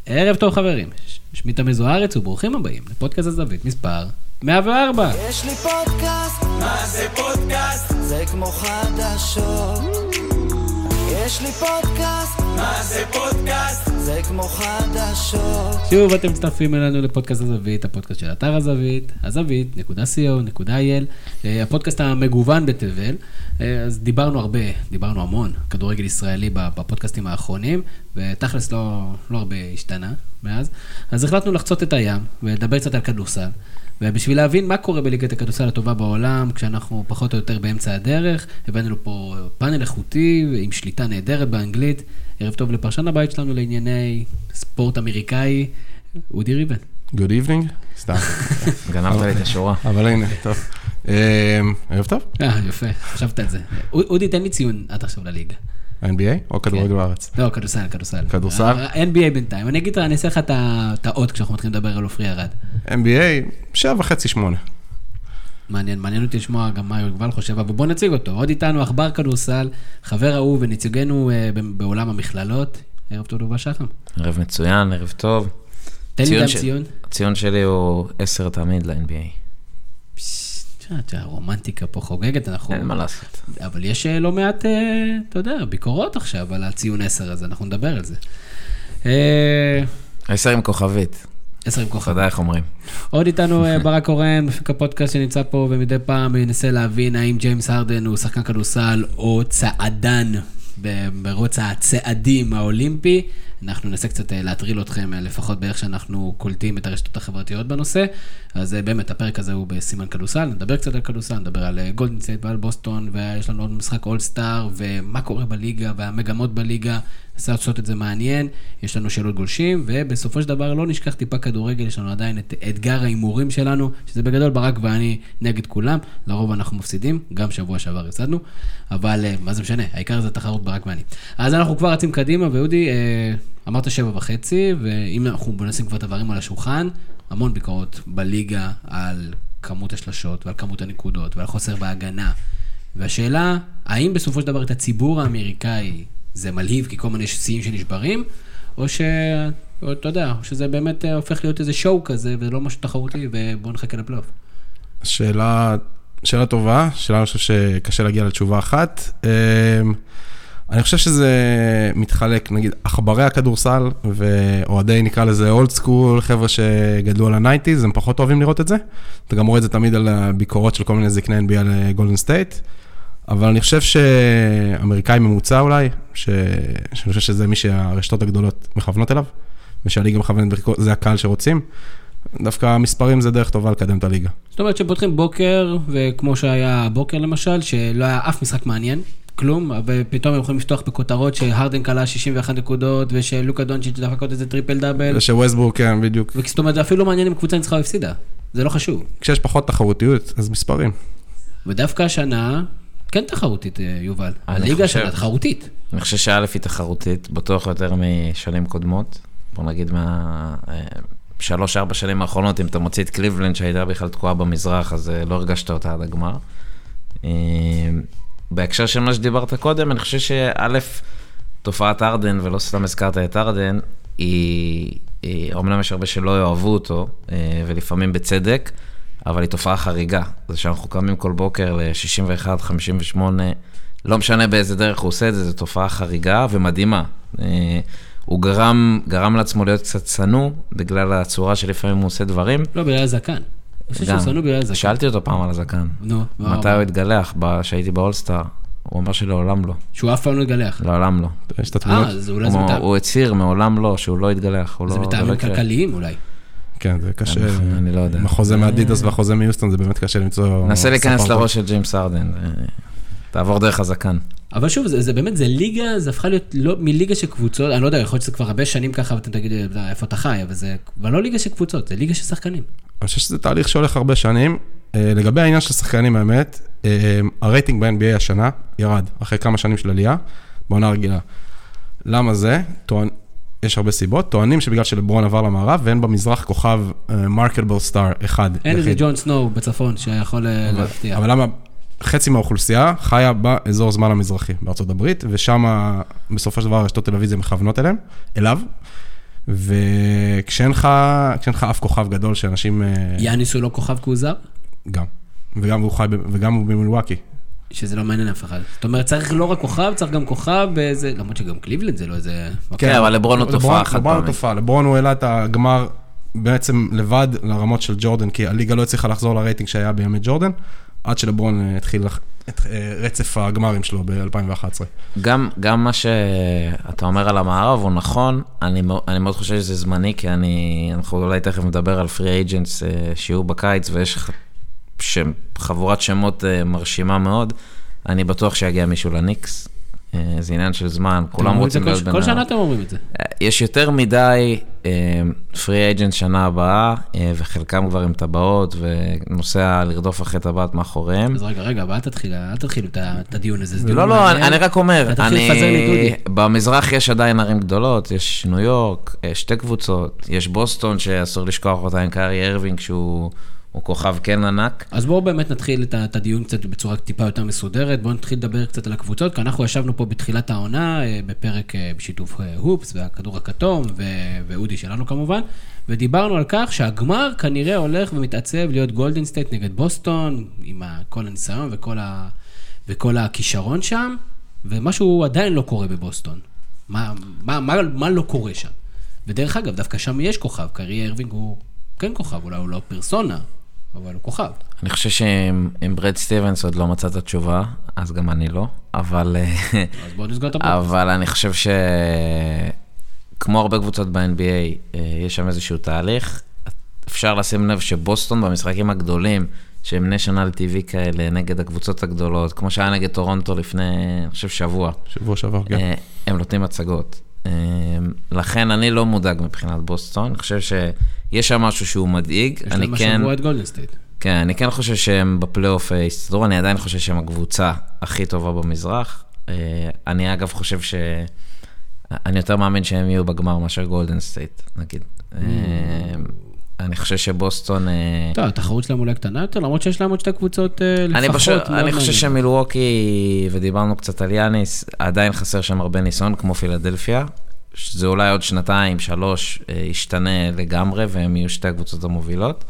ערב טוב חברים, שמי תמיר זוארץ וברוכים הבאים לפודקאסט הזווית מספר 104. יש לי פודקאסט, מה זה פודקאסט? זה כמו חדשות. יש לי פודקאסט, מה זה פודקאסט? זה כמו חדשות. שוב אתם מצטרפים אלינו לפודקאסט הזווית, הפודקאסט של אתר הזווית, הזווית.co.il, הפודקאסט המגוון בתבל. אז דיברנו המון כדורגל ישראלי בפודקאסטים האחרונים, ותכלס לא הרבה השתנה מאז. אז החלטנו לחצות את הים ולדבר קצת על כדורסל, ובשביל להבין מה קורה בליגת הכדורסל הטובה בעולם, כשאנחנו פחות או יותר באמצע הדרך, הבאנו פה פאנל איכותי עם שליטה נהדרת באנגלית. ערב טוב לפרשן הבית שלנו לענייני ספורט אמריקאי, אודי ריבן. Good evening. סתם. גנבת לי את השורה. אבל הנה, טוב. ערב טוב? יפה, חשבת על זה. אודי, תן לי ציון עד עכשיו לליגה. NBA או כדורגל בארץ? לא, כדורסל. כדורסל? NBA בינתיים. אני אעשה לך את האות כשאנחנו מתחילים לדבר על עופרי ארד. NBA, 7.5-8. מעניין אותי לשמוע גם מה יובל חושב, אבל בוא נציג אותו. עוד איתנו עכבר כדורסל, חבר אהוב ונציגנו בעולם המכללות. ערב טוב דובה שחם. ערב מצוין, ערב טוב. תן לי גם ציון. הציון שלי הוא 10 תמיד ל-NBA. הרומנטיקה פה חוגגת, אנחנו... אין מה לעשות. אבל יש לא מעט, אתה יודע, ביקורות עכשיו על הציון 10 הזה, אנחנו נדבר על זה. 10 עם כוכבית. 10 עם כוכבית. תודה, איך אומרים. עוד איתנו ברק אורן, מפיק הפודקאסט שנמצא פה, ומדי פעם ננסה להבין האם ג'יימס הרדן הוא שחקן כדורסל או צעדן במרוץ הצעדים האולימפי. אנחנו ננסה קצת להטריל אתכם, לפחות באיך שאנחנו קולטים את הרשתות החברתיות בנושא. אז באמת, הפרק הזה הוא בסימן כדורסל, נדבר קצת על כדורסל, נדבר על גולדן סטייט ועל בוסטון, ויש לנו עוד משחק אול-סטאר, ומה קורה בליגה, והמגמות בליגה, ננסה לעשות את זה מעניין, יש לנו שאלות גולשים, ובסופו של דבר לא נשכח טיפה כדורגל, יש לנו עדיין את אתגר ההימורים שלנו, שזה בגדול ברק ואני נגד כולם, לרוב אנחנו מפסידים, גם שבוע שעבר הפסדנו, אבל מה זה משנה, העיקר זה תחרות ברק ואני. אז אנחנו כבר רצים קדימה, ואודי, אמרת 7.5, ואם אנחנו נשים כבר דברים על השולחן, המון ביקורות בליגה על כמות השלשות ועל כמות הנקודות ועל חוסר בהגנה. והשאלה, האם בסופו של דבר את הציבור האמריקאי זה מלהיב כי כל מיני שיאים שנשברים, או אתה יודע, או שזה באמת הופך להיות איזה שואו כזה, וזה לא משהו תחרותי, ובואו נחכה לפלייאוף. שאלה טובה, שאלה אני חושב שקשה להגיע לתשובה אחת. אני חושב שזה מתחלק, נגיד, אחברי הכדורסל, ואוהדי נקרא לזה אולד סקול, חבר'ה שגדלו על ה-90s, הם פחות אוהבים לראות את זה. אתה גם רואה את זה תמיד על הביקורות של כל מיני זקני NBA על גולדן סטייט, אבל אני חושב שאמריקאי ממוצע אולי, שאני חושב שזה מי שהרשתות הגדולות מכוונות אליו, ושהליגה מכוונת, זה הקהל שרוצים. דווקא המספרים זה דרך טובה לקדם את הליגה. זאת אומרת שפותחים בוקר, וכמו שהיה בוקר למשל, שלא היה אף משחק מעניין, כלום, ופתאום הם יכולים לפתוח בכותרות שהרדן קלה 61 נקודות, ושלוקה דונצ'יץ' דפק עוד איזה טריפל דאבל. ושוווסטברוק, כן, בדיוק. זאת אומרת, זה אפילו לא מעניין אם קבוצה ניצחה או הפסידה. זה לא חשוב. כשיש פחות תחרותיות, אז מספרים. ודווקא השנה, כן תחרותית, יובל. הליגה השנה תחרותית. אני חושב שא' היא תחרותית, בטוח יותר משנים קודמות. בוא נגיד 3-4 שנים האחרונות, אם אתה מוציא את קליבלנד שהייתה בכלל תקועה במזרח, אז לא הרגשת אותה עד הגמר. בהקשר של מה שדיברת קודם, אני חושב שא', תופעת ארדן, ולא סתם הזכרת את ארדן, אומנם יש הרבה שלא יאהבו אותו, ולפעמים בצדק, אבל היא תופעה חריגה. זה שאנחנו קמים כל בוקר ל-61, 58, לא משנה באיזה דרך הוא עושה את זה, זו תופעה חריגה ומדהימה. הוא גרם לעצמו להיות קצת צנוע, בגלל הצורה שלפעמים הוא עושה דברים. לא, בגלל הזקן. שאלתי אותו פעם על הזקן. מתי הוא התגלח? שהייתי באולסטאר. הוא אומר שלעולם לא. שהוא אף פעם לא התגלח? לעולם לא. יש את התמונות. הוא הצהיר מעולם לא, שהוא לא התגלח. זה מטעמים כלכליים אולי. כן, זה קשה. אני לא יודע. החוזה מאדידס והחוזה מיוסטון, זה באמת קשה למצוא... נסה להיכנס לראש של ג'יימס הרדן. תעבור דרך הזקן. אבל שוב, זה באמת, זה ליגה, זה הפכה להיות לא מליגה של קבוצות, אני לא יודע, יכול להיות שזה כבר הרבה שנים ככה, ואתם תגידו, איפה אתה חי, אבל זה לא ליגה של קבוצות, זה ליגה של שחקנים. אני חושב שזה תהליך שהולך הרבה שנים. לגבי העניין של שחקנים, האמת, הרייטינג ב-NBA השנה ירד, אחרי כמה שנים של עלייה, בעונה רגילה. למה זה? יש הרבה סיבות. טוענים שבגלל שלברון עבר למערב, ואין במזרח כוכב מרקטבל סטאר אחד. אין איזה ג'ון סנואו בצפון שיכול להפתיע. אבל למה? חצי מהאוכלוסייה חיה באזור זמן המזרחי בארצות הברית, ושם בסופו של דבר רשתות טלוויזיה מכוונות אליו, וכשאין לך אף כוכב גדול שאנשים... יאניס הוא לא כוכב כי הוא זר? גם. וגם הוא במילווקי. שזה לא מעניין אף אחד. זאת אומרת, צריך לא רק כוכב, צריך גם כוכב באיזה... למרות שגם קליבלנד זה לא איזה... כן, אבל לברון הוא תופעה אחת פעמית. לברון הוא העלה את הגמר בעצם לבד לרמות של ג'ורדן, כי הליגה לא הצליחה לחזור לרייטינג שהיה בימי ג'ורדן, עד שלברון התחיל את רצף הגמרים שלו ב-2011. גם מה שאתה אומר על המערב הוא נכון, אני מאוד חושב שזה זמני, כי אנחנו אולי תכף מדבר על פרי אייג'נטס שיהיו בקיץ, ויש חבורת שמות מרשימה מאוד, אני בטוח שיגיע מישהו לניקס, זה עניין של זמן, כולם רוצים להיות כל שנה אתם אומרים את זה. יש יותר מדי פרי אייג'נט שנה הבאה, וחלקם כבר עם טבעות, ונוסע לרדוף אחרי טבעת מאחוריהם. אז רגע, אבל אל תתחילו את הדיון הזה. לא, אני רק אומר, במזרח יש עדיין ערים גדולות, יש ניו יורק, שתי קבוצות, יש בוסטון שאסור לשכוח אותה עם קארי ארווינג, שהוא כוכב כן ענק. אז בואו באמת נתחיל את הדיון קצת בצורה טיפה יותר מסודרת, בואו נתחיל לדבר קצת על הקבוצות, כי אנחנו ישבנו פה בתחילת העונה, בפרק בשיתוף הופס והכדור הכתום, ואודי שלנו כמובן, ודיברנו על כך שהגמר כנראה הולך ומתעצב להיות גולדן סטייט נגד בוסטון, עם כל הניסיון וכל הכישרון שם, ומשהו עדיין לא קורה בבוסטון. מה לא קורה שם? ודרך אגב, דווקא שם יש כוכב, קארי ארווינג הוא כן כוכב, אולי הוא לא פרסונה, אבל הוא כוכב. אני חושב שאם ברד סטיבנס עוד לא מצאת התשובה, אז גם אני לא, אבל... אז בואו נסגור את הפרק. אבל אני חושב כמו הרבה קבוצות ב-NBA, יש שם איזשהו תהליך. אפשר לשים לב שבוסטון במשחקים הגדולים, שהם national TV כאלה, נגד הקבוצות הגדולות, כמו שהיה נגד טורונטו לפני, אני חושב, שבוע, כן. הם נותנים הצגות. לכן אני לא מודאג מבחינת בוסטון, אני חושב שיש שם משהו שהוא מדאיג. יש להם השבוע את גולדן סטייט. כן, אני כן חושב שהם בפלייאוף הסתדרו, אני עדיין חושב שהם הקבוצה הכי טובה במזרח. אני אגב חושב אני יותר מאמין שהם יהיו בגמר מאשר גולדן סטייט, נגיד. אני חושב שבוסטון... טוב, התחרות שלהם אולי קטנה יותר, למרות שיש להם עוד שתי קבוצות לפחות. אני חושב שמילווקי, ודיברנו קצת על יאניס, עדיין חסר שם הרבה ניסיון, כמו פילדלפיה, שזה אולי עוד 2-3 ישתנה לגמרי, והם יהיו שתי הקבוצות המובילות.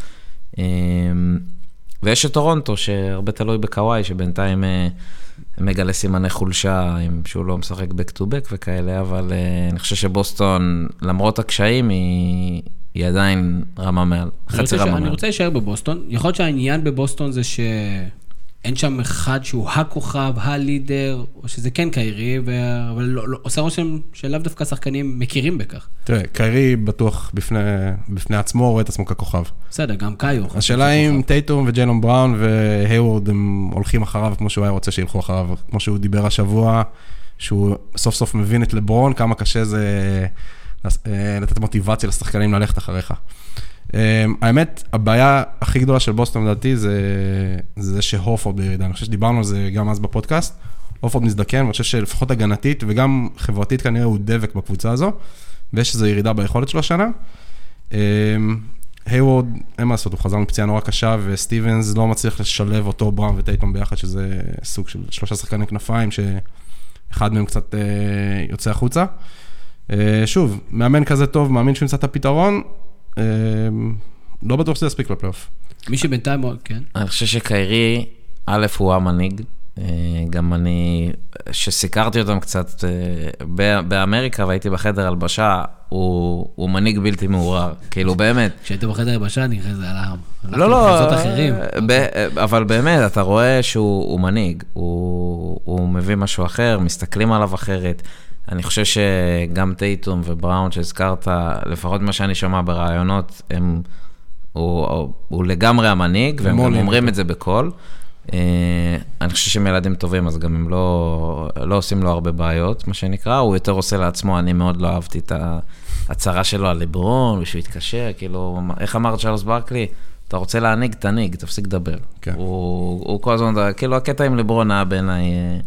ויש את טורונטו, שהרבה תלוי בקוואי, שבינתיים מגלה סימני חולשה, שהוא לא משחק back to back וכאלה, אבל אני חושב שבוסטון, למרות הקשיים, היא עדיין רמה מעל, חצי רמה מעל. אני רוצה להישאר בבוסטון. יכול להיות שהעניין בבוסטון זה שאין שם אחד שהוא הכוכב, הלידר, או שזה כן קיירי, אבל לא, עושה רושם שלאו דווקא שחקנים מכירים בכך. תראה, קיירי בטוח בפני עצמו רואה את עצמו ככוכב. בסדר, גם קאיו. השאלה אם טייטום וג'יילון בראון והיוורד הם הולכים אחריו כמו שהוא היה רוצה שילכו אחריו, כמו שהוא דיבר השבוע, שהוא סוף סוף מבין את לברון, כמה קשה זה לתת מוטיבציה לשחקנים ללכת אחריך. האמת, הבעיה הכי גדולה של בוסטון לדעתי זה שהורפורד בירידה. אני חושב שדיברנו על זה גם אז בפודקאסט. הורפורד מזדקן, ואני חושב שלפחות הגנתית וגם חברתית כנראה הוא דבק בקבוצה הזו, ויש איזו ירידה ביכולת שלו השנה. היוורד, אין מה לעשות, הוא חזר מפציעה נורא קשה, וסטיבנס לא מצליח לשלב אותו בראון וטייטום ביחד, שזה סוג של 3 שחקני כנפיים, שאחד מהם קצת יוצא החוצה. שוב, מאמן כזה טוב, מאמין שהוא ימצא את הפתרון, לא בטוח שזה יספיק לפלייאוף. מי שבינתיים, כן. אני חושב שקיירי, א' הוא המנהיג, גם אני, שסיקרתי אותם קצת באמריקה, והייתי בחדר הלבשה, הוא מנהיג בלתי מעורר, כאילו באמת. כשהייתי בחדר הלבשה, אני חושב שזה עליהם. לא, אבל באמת, אתה רואה שהוא מנהיג, הוא מביא משהו אחר, מסתכלים עליו אחרת. אני חושב שגם טייטום ובראון שהזכרת, לפחות מה שאני שומע ברעיונות, הוא לגמרי המנהיג, והם גם אומרים את זה בקול. אני חושב שהם ילדים טובים, אז גם הם לא עושים לו הרבה בעיות, מה שנקרא, הוא יותר עושה לעצמו, אני מאוד לא אהבתי את ההצהרה שלו על לברון, ושהוא התקשר, כאילו, איך אמר צ'ארלס ברקלי? אתה רוצה להנהיג, תנהיג, תפסיק לדבר. הוא כל הזמן, כאילו, הקטע עם לברון היה בעיניי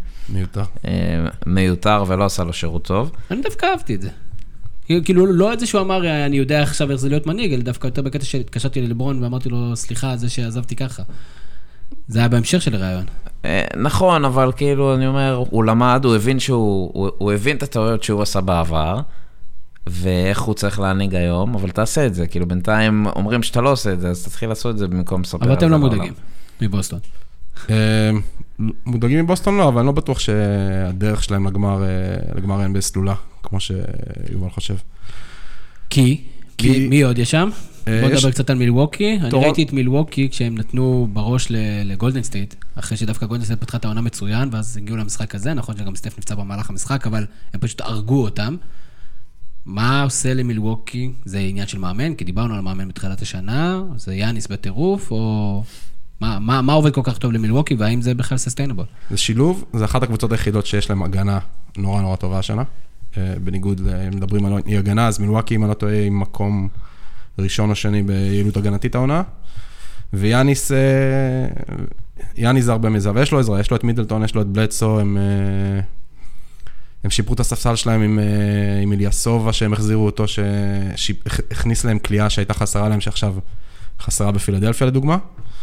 מיותר, ולא עשה לו שירות טוב. אני דווקא אהבתי את זה. כאילו, לא את זה שהוא אמר, אני יודע עכשיו איך זה להיות מנהיג, אלא דווקא יותר בקטע שהתקשרתי ללברון, ואמרתי לו, סליחה על זה שעזבתי ככה. זה היה בהמשך של הרעיון. נכון, אבל כאילו, אני אומר, הוא למד, הוא הבין את הטעויות שהוא עשה בעבר, ואיך הוא צריך להנהיג היום, אבל תעשה את זה, כאילו בינתיים אומרים שאתה לא עושה את זה, אז תתחיל לעשות את זה במקום לספר. אבל אתם לא מודאגים מבוסטון. מודאגים מבוסטון לא, אבל אני לא בטוח שהדרך שלהם לגמר NBA סלולה, כמו שיובל חושב. כי מי עוד יש שם? בוא נדבר קצת על מילווקי. אני ראיתי את מילווקי כשהם נתנו בראש לגולדן סטייט, אחרי שדווקא גולדן סטייט פתחה את העונה מצוין, ואז הגיעו למשחק הזה, נכון שגם סטף נפצע במהלך המשחק, אבל הם פשוט הרגו אותם. מה עושה למילווקי? זה עניין של מאמן, כי דיברנו על מאמן בתחילת השנה, זה יאניס בטירוף, או מה עובד כל כך טוב למילווקי, והאם זה בכלל ססטיינבול? זה שילוב, זה אחת הקבוצות היחידות שיש להם הגנה נורא נורא טובה השנה, בניגוד, מדברים על אי הגנה, אז מילווקי, אם אני לא טועה, עם מקום ראשון או שני ביעילות הגנתית העונה, ויאניס זה הרבה מזה, ויש לו עזרה, יש לו את מידלטון, יש לו את בלדסו, הם שיפרו את הספסל שלהם עם אליאסובה, שהם החזירו אותו, שהכניס להם קליעה שהייתה חסרה להם, שעכשיו חסרה בפילדלפיה לדוגמה.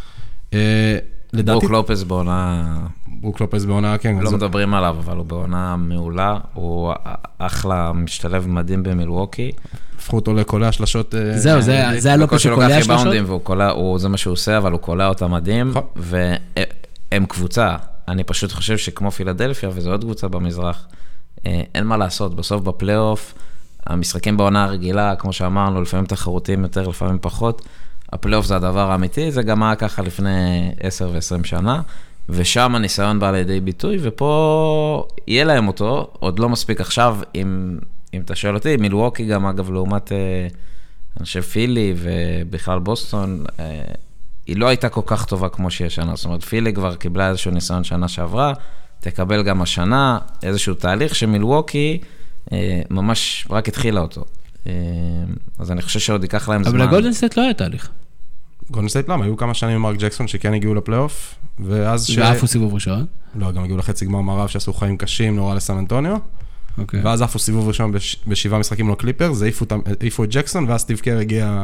ברוק לופס בעונה... ברוק לופס בעונה, כן. לא מדברים עליו, אבל הוא בעונה מעולה, הוא אחלה, משתלב מדהים במילווקי. הפכו אותו לקולע שלשות... זהו, זה הלופס שקולע שלשות? זה מה שהוא עושה, אבל הוא קולע אותה מדהים, והם קבוצה. אני פשוט חושב שכמו פילדלפיה, וזו עוד קבוצה במזרח, אין מה לעשות. בסוף בפלייאוף, המשחקים בעונה הרגילה, כמו שאמרנו, לפעמים תחרותיים יותר, לפעמים פחות, הפלייאוף זה הדבר האמיתי, זה גם היה ככה לפני 10 ו-20 שנה, ושם הניסיון בא לידי ביטוי, ופה יהיה להם אותו, עוד לא מספיק עכשיו, אם אתה שואל אותי, מילווקי גם אגב לעומת אנשי פילי ובכלל בוסטון, היא לא הייתה כל כך טובה כמו שהיא השנה, זאת אומרת פילי כבר קיבלה איזשהו ניסיון שנה שעברה, תקבל גם השנה איזשהו תהליך שמילווקי ממש רק התחילה אותו. אז אני חושב שעוד ייקח להם זמן. אבל לגולדן סטייט לא היה תהליך. גולדן סטייט למה? היו כמה שנים עם מרק ג'קסון שכן הגיעו לפלייאוף, ואז ועפו סיבוב ראשון? לא, גם הגיעו לחצי גמר מערב שעשו חיים קשים נורא לסן אנטוניו, ואז עפו סיבוב ראשון ב7 משחקים לו קליפרס, העיפו את ג'קסון, ואז סטיב קר הגיע...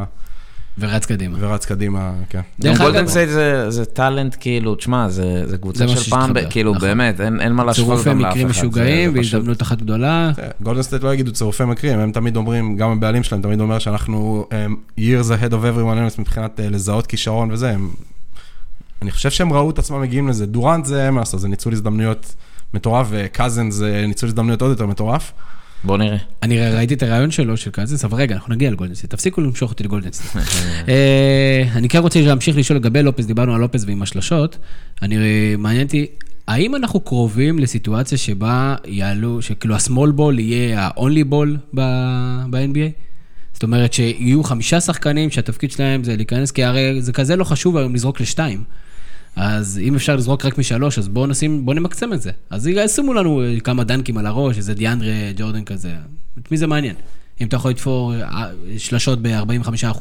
ורץ קדימה, כן. גולדן סטייט זה טלנט, כאילו, תשמע, זה קבוצה של פעם, כאילו, באמת, אין מה להשוות גם לאף אחד. צירופי מקרים משוגעים, והזדמנות אחת גדולה. גולדן סטייט לא יגידו צירופי מקרים, הם תמיד אומרים, גם הבעלים שלהם תמיד אומר שאנחנו years ahead of everyone else מבחינת לזהות כישרון וזה. אני חושב שהם ראו את עצמם מגיעים לזה. דורנט זה אמרסו, זה ניצול הזדמנויות מטורף, וקזן זה ניצול הזדמנויות עוד יותר מטורף. בוא נראה. אני ראיתי את הרעיון שלו, של קזנס, אבל רגע, אנחנו נגיע לגולדן סטייט. תפסיקו למשוך אותי לגולדן סטייט. אני כן רוצה להמשיך לשאול לגבי לופס, דיברנו על לופס ועם השלשות. מעניינתי, האם אנחנו קרובים לסיטואציה שבה יעלו, שכאילו הסמול בול יהיה ה-only בול ב-NBA? זאת אומרת שיהיו 5 שחקנים שהתפקיד שלהם זה להיכנס, כי הרי זה כזה לא חשוב היום לזרוק ל2. אז אם אפשר לזרוק רק מ3, אז בואו נמקסם את זה. אז ישימו לנו כמה דנקים על הראש, איזה דיאנדרה ג'ורדן כזה. את מי זה מעניין? אם אתה יכול לתפור שלשות ב-45%.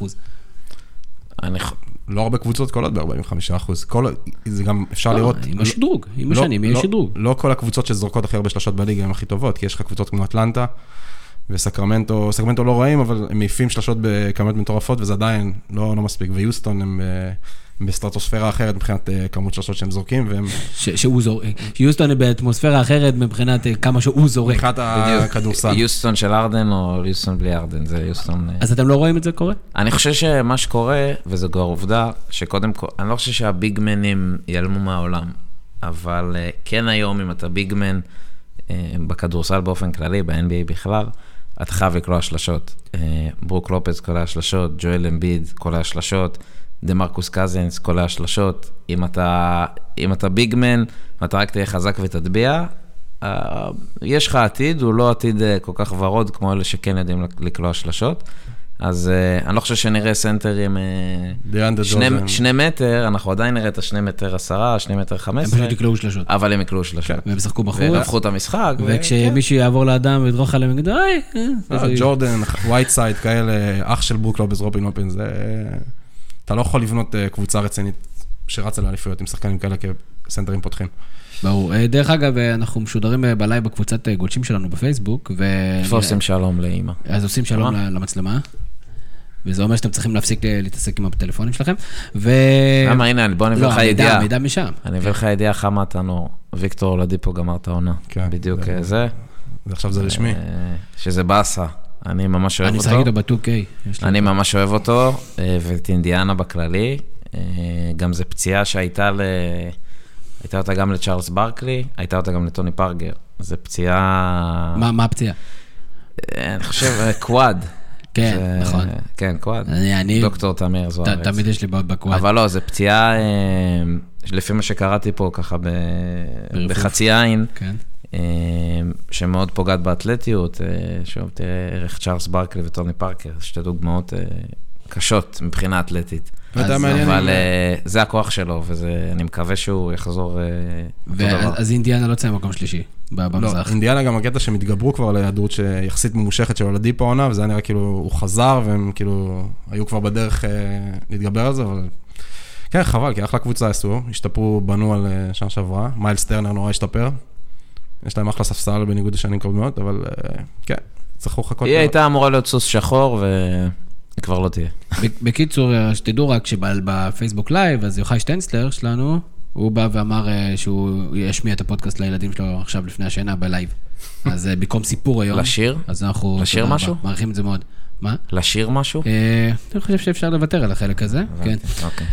לא הרבה קבוצות קולות ב-45%. זה גם אפשר לראות... עם השדרוג, עם השנים, יש שדרוג. לא כל הקבוצות שזרוקות הכי הרבה שלשות בליגה הן הכי טובות, כי יש לך קבוצות כמו אטלנטה, וסקרמנטו לא רעים, אבל הם מעיפים שלשות בכמות מטורפות, וזה עדיין לא מספיק. ויוסטון הם בסטרטוספירה אחרת מבחינת כמות שלשות שהם זורקים, והם... שיוסטון היא באטמוספירה אחרת מבחינת כמה שהוא זורק. מבחינת הכדורסל. יוסטון של ארדן או יוסטון בלי ארדן, זה יוסטון... אז אתם לא רואים את זה קורה? אני חושב שמה שקורה, וזה כבר עובדה, שקודם כל, אני לא חושב שהביגמנים ייעלמו מהעולם, אבל כן היום, אם אתה ביגמן בכדורסל באופן כללי, ב-NBA בכלל, אתה חייב לקלוע שלשות. ברוק לופס קולע שלשות, ג'ואל אמביד קולע שלשות, דמרקוס קזנס, כל השלשות, אם אתה ביגמן, אתה רק תהיה חזק ותטביע, יש לך עתיד, הוא לא עתיד כל כך ורוד, כמו אלה שכן יודעים לקלוע שלשות, אז אני לא חושב שנראה סנטר עם 2 מטר, אנחנו עדיין נראה את 2 מטר 10, 2 מטר 15, הם פשוט יקלעו שלשות. אבל הם יקלעו שלשות. והם שחקו בחוץ. והפכו את המשחק. וכשמישהו יעבור לאדם וידרוך עליהם, יגיד, ג'ורדן, ווייטסייד, כאלה, אח של ברוק לופס, רובין לופס, זה... אתה לא יכול לבנות קבוצה רצינית שרצה לאליפויות עם שחקנים כאלה כסנטרים פותחים. ברור. דרך אגב, אנחנו משודרים בלייב בקבוצת גולשים שלנו בפייסבוק. איפה עושים שלום לאמא? אז עושים שלום למצלמה. וזה אומר שאתם צריכים להפסיק להתעסק עם הטלפונים שלכם. למה, הנה, בוא נביא לך ידיעה. מידע משם. אני אביא לך ידיעה חמה תנו. ויקטור לדיפו גמר את העונה. בדיוק זה. עכשיו זה רשמי. שזה באסה. אני ממש אוהב אני אותו. משחק איתו ב-2K. אני ממש אוהב אותו, ואת אינדיאנה בכללי. גם זה פציעה שהייתה הייתה אותה גם לצ'ארלס ברקלי, הייתה אותה גם לטוני פרגר. זה פציעה... מה הפציעה? אני חושב, קוואד. כן, נכון. כן, קוואד. דוקטור תמיר זוארץ. תמיד יש לי בעוד בקוואד. אבל לא, זה פציעה, לפי מה שקראתי פה ככה בחצי עין, שמאוד פוגעת באתלטיות, שוב, תראה ערך צ'ארלס ברקלי וטוני פארקר, שתי דוגמאות קשות מבחינה אתלטית. אבל זה הכוח שלו, ואני מקווה שהוא יחזור אותו דבר. אז אינדיאנה לא צא מקום שלישי במזרח. לא, אינדיאנה גם הקטע שהם התגברו כבר להיעדרות שיחסית ממושכת שלו לדיפ העונה, וזה היה נראה כאילו הוא חזר, והם כאילו היו כבר בדרך להתגבר על זה, אבל כן, חבל, כי אחלה קבוצה עשו, השתפרו, בנו על שנה שעברה, מיילס טרנר נורא השתפר, יש להם אחלה ספסל בניגוד לשנים קודמות, אבל כן, צריכו לחכות. היא הייתה אמורה להיות סוס שחור, היא כבר לא תהיה. בקיצור, שתדעו רק שבפייסבוק לייב, אז יוחאי שטנצלר שלנו, הוא בא ואמר שהוא ישמיע את הפודקאסט לילדים שלו עכשיו לפני השינה בלייב. אז במקום סיפור היום. לשיר? אז אנחנו... לשיר משהו? מעריכים את זה מאוד. מה? לשיר משהו? אני חושב שאפשר לוותר על החלק הזה. כן. אוקיי.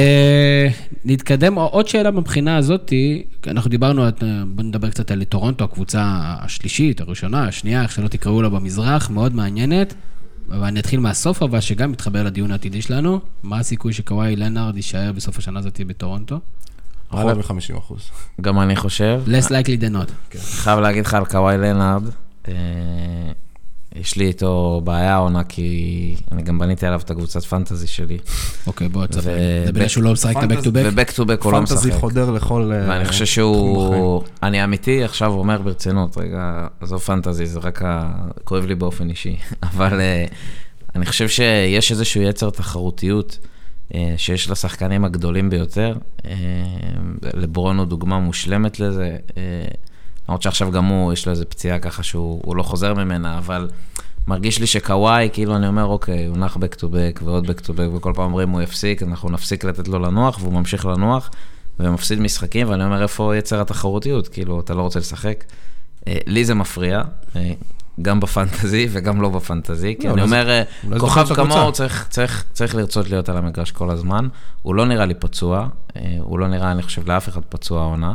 נתקדם, עוד שאלה מבחינה הזאת, אנחנו דיברנו, בוא נדבר קצת על טורונטו, הקבוצה השלישית, הראשונה, השנייה, איך שלא תקראו לה במזרח, מאוד מעניינת. ואני אתחיל מהסוף, אבל שגם מתחבר לדיון העתידי שלנו. מה הסיכוי שקוואי לנארד יישאר בסוף השנה הזאת בטורונטו? פחות מ-50%. גם אני חושב. less likely than not. חייב להגיד לך על קוואי לנארד, יש לי איתו בעיה עונה, כי אני גם בניתי עליו את הקבוצת פנטזי שלי. אוקיי, בוא תספר. זה בגלל שהוא לא משחק את ה-back to back? ו-back to back הוא לא משחק. פנטזי חודר לכל... ואני חושב שהוא... אני אמיתי, עכשיו אומר ברצינות, רגע, זו פנטזי, זה רק כואב לי באופן אישי. אבל אני חושב שיש איזשהו יצר תחרותיות, שיש לשחקנים הגדולים ביותר. לברון הוא דוגמה מושלמת לזה. למרות שעכשיו גם הוא, יש לו איזו פציעה ככה שהוא לא חוזר ממנה, אבל מרגיש לי שקוואי, כאילו אני אומר, אוקיי, הוא נח back to back ועוד back to back, וכל פעם אומרים הוא יפסיק, אנחנו נפסיק לתת לו לנוח, והוא ממשיך לנוח, ומפסיד משחקים, ואני אומר, איפה יצר התחרותיות? כאילו, אתה לא רוצה לשחק. לי זה מפריע, גם בפנטזי וגם לא בפנטזי, כי אני אומר, כוכב כמוהו צריך לרצות להיות על המגרש כל הזמן, הוא לא נראה לי פצוע, הוא לא נראה, אני חושב, לאף אחד פצוע העונה,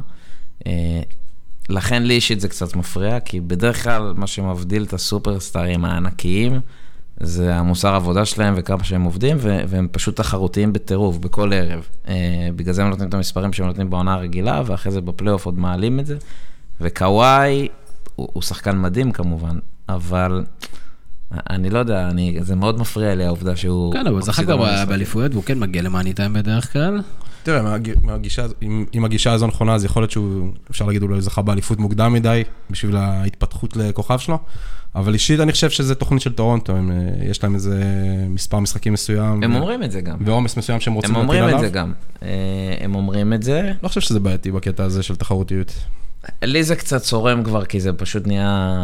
לכן לי אישית זה קצת מפריע, כי בדרך כלל מה שמבדיל את הסופרסטארים הענקיים, זה המוסר העבודה שלהם וכמה שהם עובדים, והם פשוט תחרותיים בטירוף, בכל ערב. בגלל זה הם נותנים את המספרים שהם נותנים בעונה הרגילה, ואחרי זה בפלייאוף עוד מעלים את זה. וקוואי, הוא שחקן מדהים כמובן, אבל אני לא יודע, זה מאוד מפריע לי העובדה שהוא... כן, אבל זכה כבר באליפויות, והוא כן מגיע למעניתם בדרך כלל. תראה, אם הגישה הזו נכונה, אז יכול להיות שהוא, אפשר להגיד, אולי זכה באליפות מוקדם מדי, בשביל ההתפתחות לכוכב שלו, אבל אישית אני חושב שזה תוכנית של טורונטו, יש להם איזה מספר משחקים מסוים. הם אומרים את זה גם. ועומס מסוים שהם רוצים להטיל עליו. הם אומרים את זה גם. הם אומרים את זה. לא חושב שזה בעייתי בקטע הזה של תחרותיות. לי זה קצת צורם כבר, כי זה פשוט נהיה,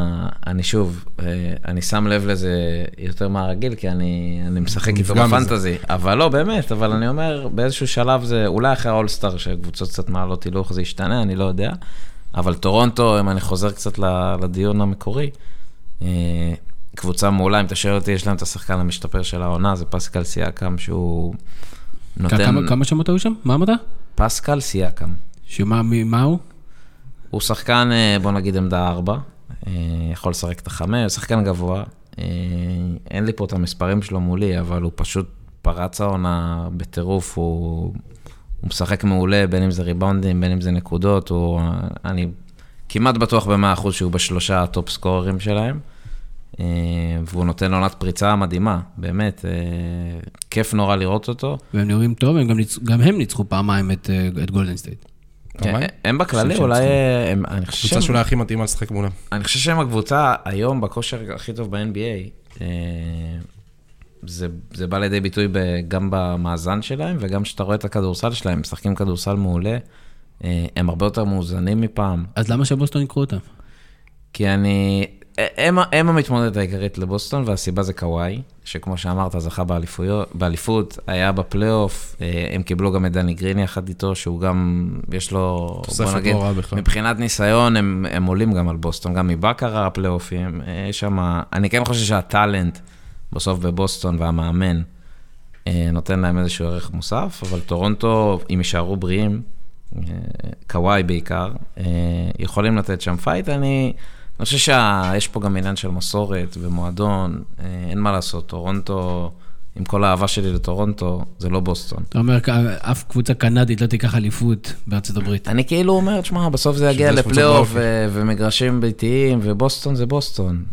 אני שם לב לזה יותר מהרגיל, כי אני משחק איתו בפנטזי, אבל לא, באמת, אבל אני אומר, באיזשהו שלב זה, אולי אחרי האולסטאר, שקבוצות קצת מעלות הילוך, זה ישתנה, אני לא יודע, אבל טורונטו, אם אני חוזר קצת לדיון המקורי, קבוצה מעולה, אם תשאר אותי, יש להם את השחקן המשתפר של העונה, זה פסקל סייקם, שהוא נותן... כמה שמות היו שם? מה אמרת? פסקל סייקם. מה הוא? הוא שחקן, בוא נגיד עמדה 4, יכול לשחק את 5, הוא שחקן גבוה, אין לי פה את המספרים שלו מולי, אבל הוא פשוט פרץ העונה בטירוף, הוא משחק מעולה, בין אם זה ריבאונדים, בין אם זה נקודות, אני כמעט בטוח ב100% שהוא בשלושה הטופ סקוררים שלהם, והוא נותן עונת פריצה מדהימה, באמת, כיף נורא לראות אותו. והם נראים טוב, גם הם ניצחו פעמיים את גולדן סטייט. הם בכללי אולי, אני חושב קבוצה שאולי הכי מתאימה לשחק מולם. אני חושב שהם הקבוצה היום בכושר הכי טוב ב-NBA, זה בא לידי ביטוי גם במאזן שלהם, וגם שאתה רואה את הכדורסל שלהם, משחקים כדורסל מעולה, הם הרבה יותר מאוזנים מפעם. אז למה שבוסטון יקחו אותם? כי הם המתמודדת העיקרית לבוסטון, והסיבה זה קוואי, שכמו שאמרת, זכה באליפות, היה בפלייאוף, הם קיבלו גם את דני גרין יחד איתו, שהוא גם, יש לו, בוא נגיד, מבחינת ניסיון, הם עולים גם על בוסטון, גם מבקרה הפלייאופים, אני כן חושב שהטלנט, בסוף בבוסטון והמאמן, נותן להם איזשהו ערך מוסף, אבל טורונטו, אם יישארו בריאים, קוואי בעיקר, יכולים לתת שם פייט. אני חושב שיש פה גם עניין של מסורת ומועדון, אין מה לעשות, טורונטו, עם כל האהבה שלי לטורונטו, זה לא בוסטון. אתה אומר, אף קבוצה קנדית לא תיקח אליפות בארצות הברית. אני כאילו אומר, תשמע, בסוף זה יגיע לפלייאוף ומגרשים ביתיים, ובוסטון זה בוסטון,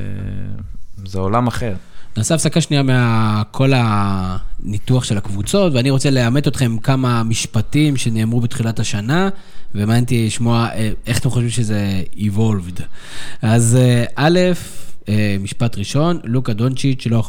זה עולם אחר. נעשה הפסקה שנייה מכל הניתוח של הקבוצות, ואני רוצה לאמת אתכם כמה משפטים שנאמרו בתחילת השנה, ומעניינתי לשמוע איך אתם חושבים שזה evolved. אז א', משפט ראשון, לוקה דונצ'יץ' לא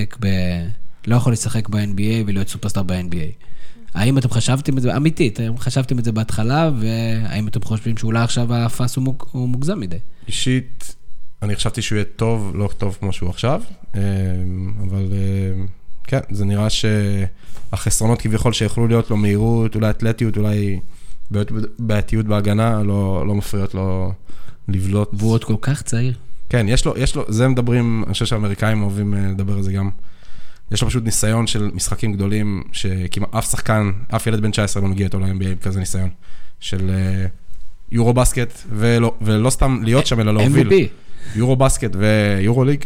יכול לשחק ב-NBA ולהיות סופרסטאר ב-NBA. האם אתם חשבתם את זה, אמיתית, חשבתם את זה בהתחלה, והאם אתם חושבים שאולי עכשיו הפס הוא מוגזם מדי? אישית, אני חשבתי שהוא יהיה טוב, לא טוב כמו שהוא עכשיו, אבל כן, זה נראה שהחסרונות כביכול שיכולו להיות לו מהירות, אולי אתלטיות, אולי בעייתיות בהגנה, לא מפריעות לו לבלוט. והוא עוד כל כך צעיר. כן, יש לו, זה מדברים, אני חושב שהאמריקאים אוהבים לדבר על זה גם, יש לו פשוט ניסיון של משחקים גדולים, שכמעט אף שחקן, אף ילד בן 19 לא מגיע איתו ל-NBA כזה ניסיון, של יורו בסקט, ולא סתם להיות שם, אלא להוביל. MVP. יורו בסקט ויורו ליג,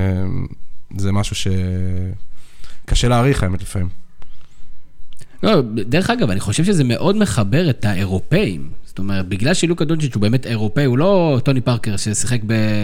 זה משהו שקשה להעריך, האמת לפעמים. לא, דרך אגב, אני חושב שזה מאוד מחבר את האירופאים. זאת אומרת, בגלל שלוקה דונצ'יץ' הוא באמת אירופאי, הוא לא טוני פארקר ששיחק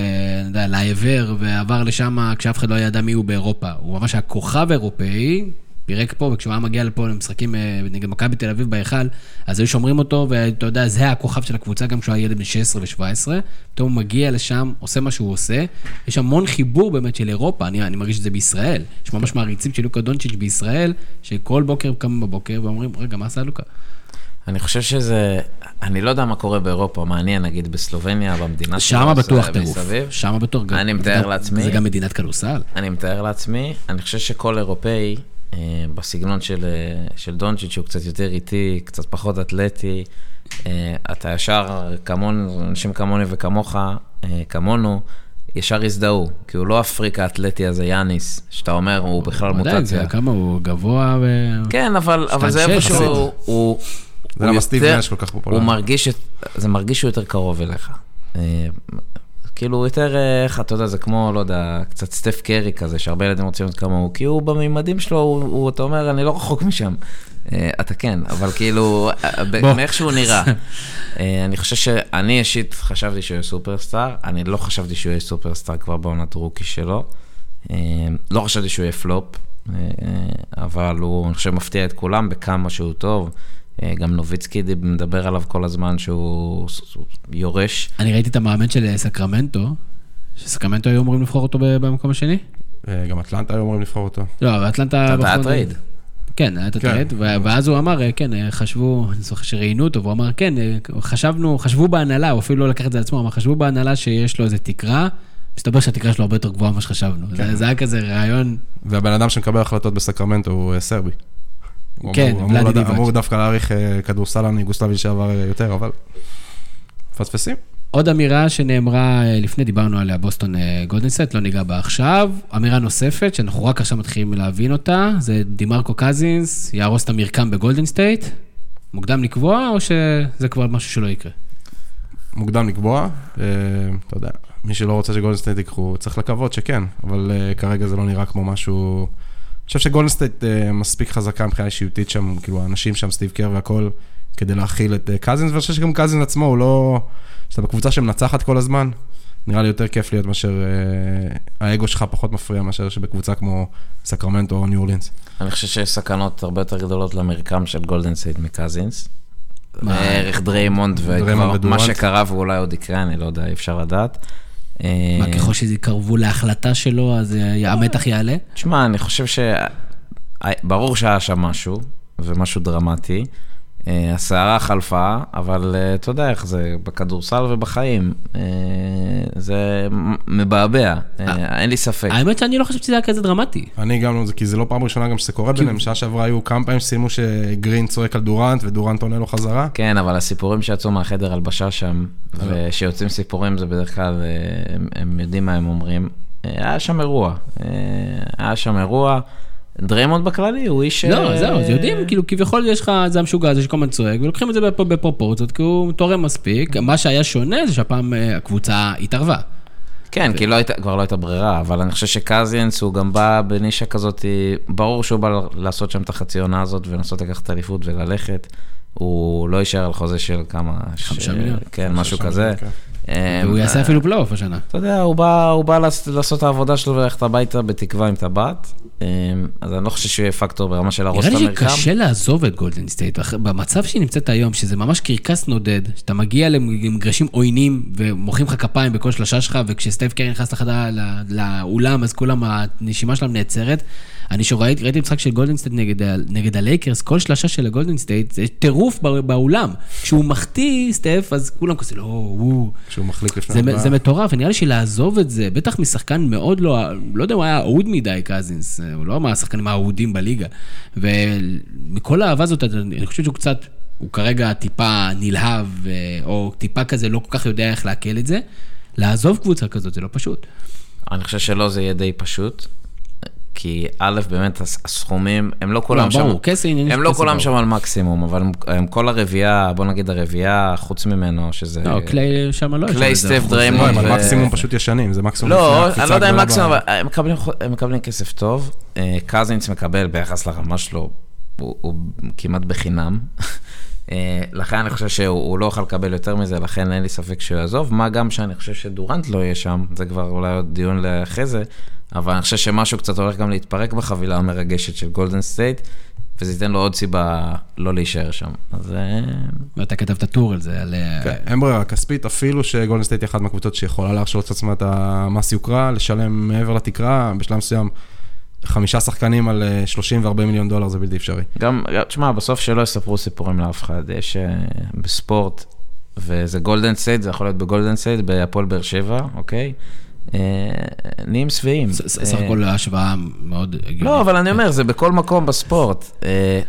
לעבר ועבר לשם כשאף אחד לא ידע מי הוא באירופה. הוא ממש הכוכב אירופאי, פירק פה, וכשהוא היה מגיע לפה למשחקים נגד מכבי בתל אביב בהיכל, אז היו שומרים אותו, ואתה יודע, זה הכוכב של הקבוצה, גם כשהוא היה ילד בן 16 ו-17, פתאום הוא מגיע לשם, עושה מה שהוא עושה, יש המון חיבור באמת של אירופה, אני מרגיש את זה בישראל, יש ממש מעריצים של לוקה דונצ'יץ' בישראל, שכל בוקר קמים בבוקר, ואומרים, רגע, מה עשה לוקה? אני חושב שזה, אני לא יודע מה קורה באירופה, מעניין, נגיד בסלובניה, במדינה שלו. שמה בטוח טירוף. שמה בטוח. אני מתאר לעצמי. זה גם מדינת כדורסל. אני מתאר לעצמי. אני חושב שכל אירופאי, בסגנון של דונצ'יץ' הוא קצת יותר איטי, קצת פחות אתלטי. אתה ישר, אנשים כמוני וכמוך, כמונו, ישר הזדהו, כי הוא לא אפריקה האתלטי הזה, יאניס, שאתה אומר, הוא בכלל מוטציה. כמה הוא גבוה כן, אבל זה איפשהו, זה למה סטיב נש כל כך פופולרי. זה מרגיש שהוא יותר קרוב אליך. כאילו יותר, איך אתה יודע, זה כמו, לא יודע, קצת סטף קרי כזה, שהרבה ילדים רוצים להיות כמוהו, כי הוא בממדים שלו, אתה אומר, אני לא רחוק משם. אתה כן, אבל כאילו, מאיך שהוא נראה. אני חושב שאני אישית חשבתי שהוא יהיה סופרסטאר, אני לא חשבתי שהוא יהיה סופרסטאר כבר בעונת רוקי שלו. לא חשבתי שהוא יהיה פלופ, אבל הוא, אני חושב, מפתיע את כולם בכמה שהוא טוב. גם נוביצקי מדבר עליו כל הזמן שהוא יורש. אני ראיתי את המאמן של סקרמנטו, שסקרמנטו היו אומרים לבחור אותו במקום השני? גם אטלנטה היו אומרים לבחור אותו. לא, אטלנטה... אתה היה טרייד. כן, היה טרייד, ואז הוא אמר, כן, חשבו, אני זוכר שראיינו אותו, והוא אמר, כן, חשבו בהנהלה, הוא אפילו לא לקח את זה לעצמו, אבל חשבו בהנהלה שיש לו איזה תקרה, מסתבר שהתקרה שלו הרבה יותר גבוהה ממה שחשבנו. זה היה כזה רעיון... והבן אדם שמקבל החלטות בסקרמנטו הוא סרבי. כן, ולדי דיבאץ'. אמור דווקא להעריך כדורסלן יוגוסלבי שעבר יותר, אבל פספסים. עוד אמירה שנאמרה לפני, דיברנו עליה בוסטון גולדן סטייט, לא ניגע בה עכשיו. אמירה נוספת, שאנחנו רק עכשיו מתחילים להבין אותה, זה דימרקו קזינס, יהרוס את המרקם בגולדן סטייט. מוקדם לקבוע, או שזה כבר משהו שלא יקרה? מוקדם לקבוע, אתה יודע, מי שלא רוצה שגולדן סטייט יקחו, צריך לקוות שכן, אבל כרגע זה לא נראה כמו משהו... אני חושב שגולדן סטייט מספיק חזקה מבחינה אישיותית שם, כאילו האנשים שם, סטיב קר והכל, כדי להכיל את קזינס, ואני חושב שגם קזינס עצמו הוא לא... שאתה בקבוצה שמנצחת כל הזמן, נראה לי יותר כיף להיות מאשר... האגו שלך פחות מפריע מאשר שבקבוצה כמו סקרמנטו או ניו אורלינס. אני חושב שיש סכנות הרבה יותר גדולות למרקם של גולדן סטייט מקזינס. ערך דריימונד ומה שקרה ואולי עוד יקרה, אני לא יודע, אי אפשר לדעת. מה, ככל שזה יקרבו להחלטה שלו, אז המתח יעלה? תשמע, אני חושב ברור שהיה שם משהו, ומשהו דרמטי, השערה חלפה, אבל אתה יודע איך זה, בכדורסל ובחיים, זה מבעבע, אין לי ספק. האמת שאני לא חושבת שזה היה כזה דרמטי. אני גם לא, כי זה לא פעם ראשונה גם שזה קורה ביניהם, שעה שעברה היו כמה פעמים שסיימו שגרין צועק על דורנט, ודורנט עונה לו חזרה. כן, אבל הסיפורים שיצאו מהחדר הלבשה שם, ושיוצאים סיפורים, זה בדרך כלל, הם יודעים מה הם אומרים. היה שם אירוע, דריימונד בכללי, הוא איש... לא, זהו, זה יודעים, כאילו, כביכול יש לך, זה המשוגע, זה שכל הזמן צועק, ולוקחים את זה בפרופורציות, כי הוא תורם מספיק. מה שהיה שונה זה שהפעם הקבוצה התערבה. כן, כי כבר לא הייתה ברירה, אבל אני חושב שקזינס הוא גם בא בנישה כזאת, ברור שהוא בא לעשות שם את החצי עונה הזאת, ולנסות לקחת את האליפות וללכת, הוא לא יישאר על חוזה של כמה... 5 מיליון. כן, משהו כזה. והוא יעשה אפילו פלייאוף השנה. אתה יודע, הוא בא לעשות את העבודה שלו וללכת הביתה בתקווה עם טבעת, אז אני לא חושב שהוא יהיה פקטור ברמה של הרוס נראה לי למרקם. שקשה לעזוב את גולדן סטייט, במצב שהיא נמצאת היום, שזה ממש קרקס נודד, שאתה מגיע למגרשים עוינים ומוחאים לך כפיים בכל שלושה שלך, וכשסטייף קרי נכנס לחדר לאולם, אז כולם הנשימה שלהם נעצרת. אני ראיתי משחק של גולדן סטייט נגד הלייקרס, כל שלושה של הגולדן סטייט, זה טירוף באולם. כשהוא מחטיא סטייף, אז כולם כזה, לא, הוא... כשהוא מחליק לפני... זה מטורף, ונראה לי שלעזוב את זה, בטח משחקן מאוד לא יודע, הוא היה אהוד מדי קזינס, הוא לא מהשחקנים האהודים בליגה, ומכל האהבה הזאת, אני חושב שהוא קצת, הוא כרגע טיפה נלהב, או טיפה כזה לא כל כך יודע איך להקל את זה, לעזוב קבוצה כזאת, זה לא פשוט. אני חושב שלא זה יהיה די פשוט, כי א', באמת הסכומים, הם לא כולם שם, הם לא כולם שם על מקסימום, אבל הם כל הרביעה, בוא נגיד הרביעה, חוץ ממנו, שזה... לא, קליי שם לא... קליי, סטף, דריימונד. הם מקסימום פשוט ישנים, זה מקסימום... לא, אני לא יודע אם מקסימום, אבל הם מקבלים כסף טוב, קזינס מקבל ביחס לרמה שלו, הוא כמעט בחינם, לכן אני חושב שהוא לא יכול לקבל יותר מזה, לכן אין לי ספק שהוא יעזוב, מה גם שאני חושב שדורנט לא יהיה שם, זה כבר אולי עוד דיון לאחרי זה, אבל אני חושב שמשהו קצת הולך גם להתפרק בחבילה המרגשת של גולדן סטייט, וזה ייתן לו עוד סיבה לא להישאר שם. אז... ואתה כתבת טור על זה, על... אין ברירה, כספית, אפילו שגולדן סטייט היא אחת מהקבוצות שיכולה להרשות את עצמה את המס יוקרה, לשלם מעבר לתקרה, בשלב מסוים 5 שחקנים על 30 ו-40 מיליון דולר, זה בלתי אפשרי. גם, תשמע, בסוף שלא יספרו סיפורים לאף אחד, יש בספורט, וזה גולדן סטייט, זה יכול להיות בגולדן סטייט, בהפועל באר שבע, אוקיי? נהיים שבעים. סך הכל השוואה מאוד... לא, אבל אני אומר, זה בכל מקום בספורט.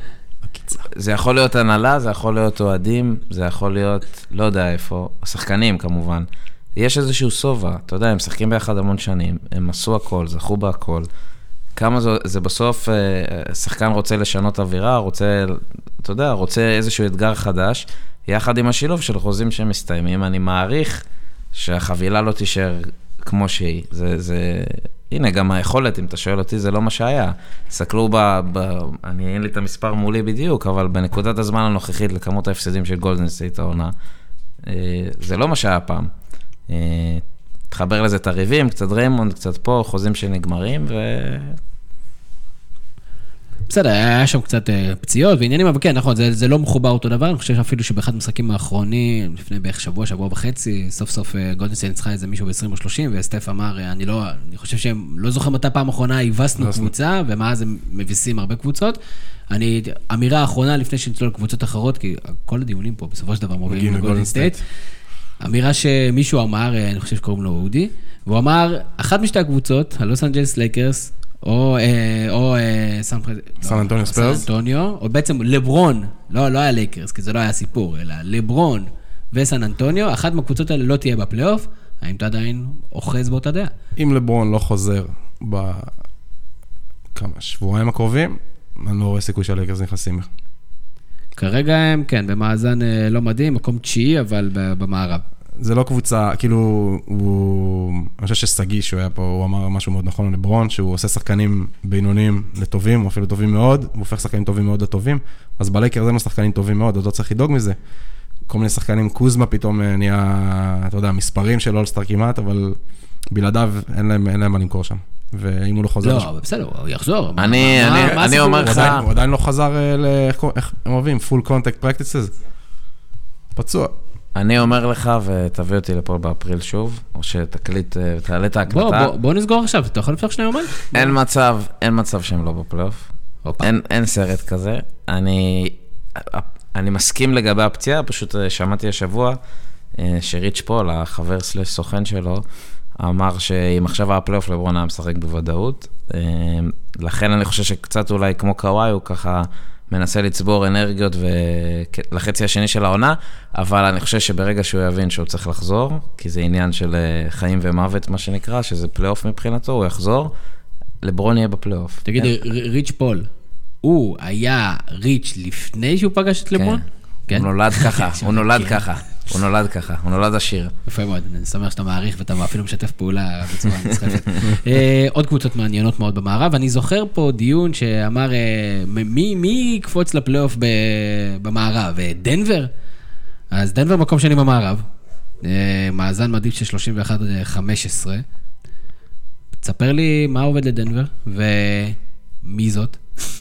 זה יכול להיות הנהלה, זה יכול להיות אוהדים, זה יכול להיות, לא יודע איפה, השחקנים כמובן. יש איזשהו סובה, אתה יודע, הם משחקים ביחד המון שנים, הם עשו הכל, זכו בהכל. כמה זה בסוף, שחקן רוצה לשנות אווירה, רוצה, אתה יודע, רוצה איזשהו אתגר חדש, יחד עם השילוב של חוזים שמסתיימים. אני מעריך שהחבילה לא תישאר כמו שהיא. הנה, גם היכולת, אם אתה שואל אותי, זה לא מה שהיה. סקלו אני אין לי את המספר מולי בדיוק, אבל בנקודת הזמן הנוכחית לכמות ההפסדים של גולדן סטייט העונה, זה לא מה שהיה פעם. תחבר לזה את הריבים, קצת דריימונד, קצת פה, חוזים שנגמרים, בסדר, היה שם קצת פציעות ועניינים, אבל כן, נכון, זה לא מחובר אותו דבר, אני חושב שאפילו שבאחד המשחקים האחרונים, לפני בערך שבוע וחצי, סוף סוף גולדן סטייט ניצחה איזה מישהו ב-20 או 30, וסטף אמר, אני חושב שהם לא זוכרים מתי פעם האחרונה היבסנו קבוצה, ומאז הם מביסים הרבה קבוצות. אמירה האחרונה לפני שנצלול לקבוצות אחרות, כי כל הדיונים פה בסופו של דבר מובילים לגולדן סטייט, אמירה שמישהו אמר, אני חושב שקוראים לו אודי, והוא אמר, אחת משתי הקבוצות, הלוס אנג'לס לייקרס, או סן אנטוניו ספיירס, או בעצם לברון, לא היה לייקרס, כי זה לא היה סיפור, אלא לברון וסן אנטוניו, אחת מהקבוצות האלה לא תהיה בפלייאוף, האם אתה עדיין אוחז באותה דעה? אם לברון לא חוזר בכמה שבועיים הקרובים, אני לא רואה סיכוי שהלייקרס נכנסים. כרגע הם, כן, במאזן לא מדהים, מקום 9, אבל במערב. זה לא קבוצה, כאילו, אני חושב שסגי שהוא היה פה, הוא אמר משהו מאוד נכון לברון, שהוא עושה שחקנים בינוניים לטובים, או אפילו טובים מאוד, הוא הופך שחקנים טובים מאוד לטובים, אז בלייקרס אין לו שחקנים טובים מאוד, עוד לא צריך לדאוג מזה. כל מיני שחקנים, קוזמה פתאום נהיה, אתה יודע, מספרים של אולסטאר כמעט, אבל בלעדיו אין להם מה למכור שם. ואם הוא לא חוזר... לא, בסדר, הוא יחזור. אני אומר לך... הוא עדיין לא חזר איך הם אוהבים, full contact practices. פצוע. אני אומר לך, ותביא אותי לפה באפריל שוב, או שתקליט, תעלה את ההקלטה. בוא נסגור עכשיו, אתה יכול לפתוח שני יומן? אין מצב שהם לא בפלייאוף. אין סרט כזה. אני מסכים לגבי הפציעה, פשוט שמעתי השבוע שריץ' פול, החבר סלש סוכן שלו, אמר שאם עכשיו הפלייאוף לברון היה משחק בוודאות, לכן אני חושב שקצת אולי כמו קוואי, הוא ככה מנסה לצבור אנרגיות לחצי השני של העונה, אבל אני חושב שברגע שהוא יבין שהוא צריך לחזור, כי זה עניין של חיים ומוות, מה שנקרא, שזה פלייאוף מבחינתו, הוא יחזור, לברון יהיה בפלייאוף. תגיד, ריץ' פול, הוא היה ריץ' לפני שהוא פגש את לברון? הוא נולד ככה, הוא נולד ככה, הוא נולד עשיר. יפה מאוד, אני שמח שאתה מעריך ואתה אפילו משתף פעולה בצורה נסחפת. עוד קבוצות מעניינות מאוד במערב, אני זוכר פה דיון שאמר, מי יקפוץ לפלייאוף במערב? דנבר? אז דנבר מקום שני במערב, מאזן מדהים של 31-15. תספר לי מה עובד לדנבר, ומי זאת,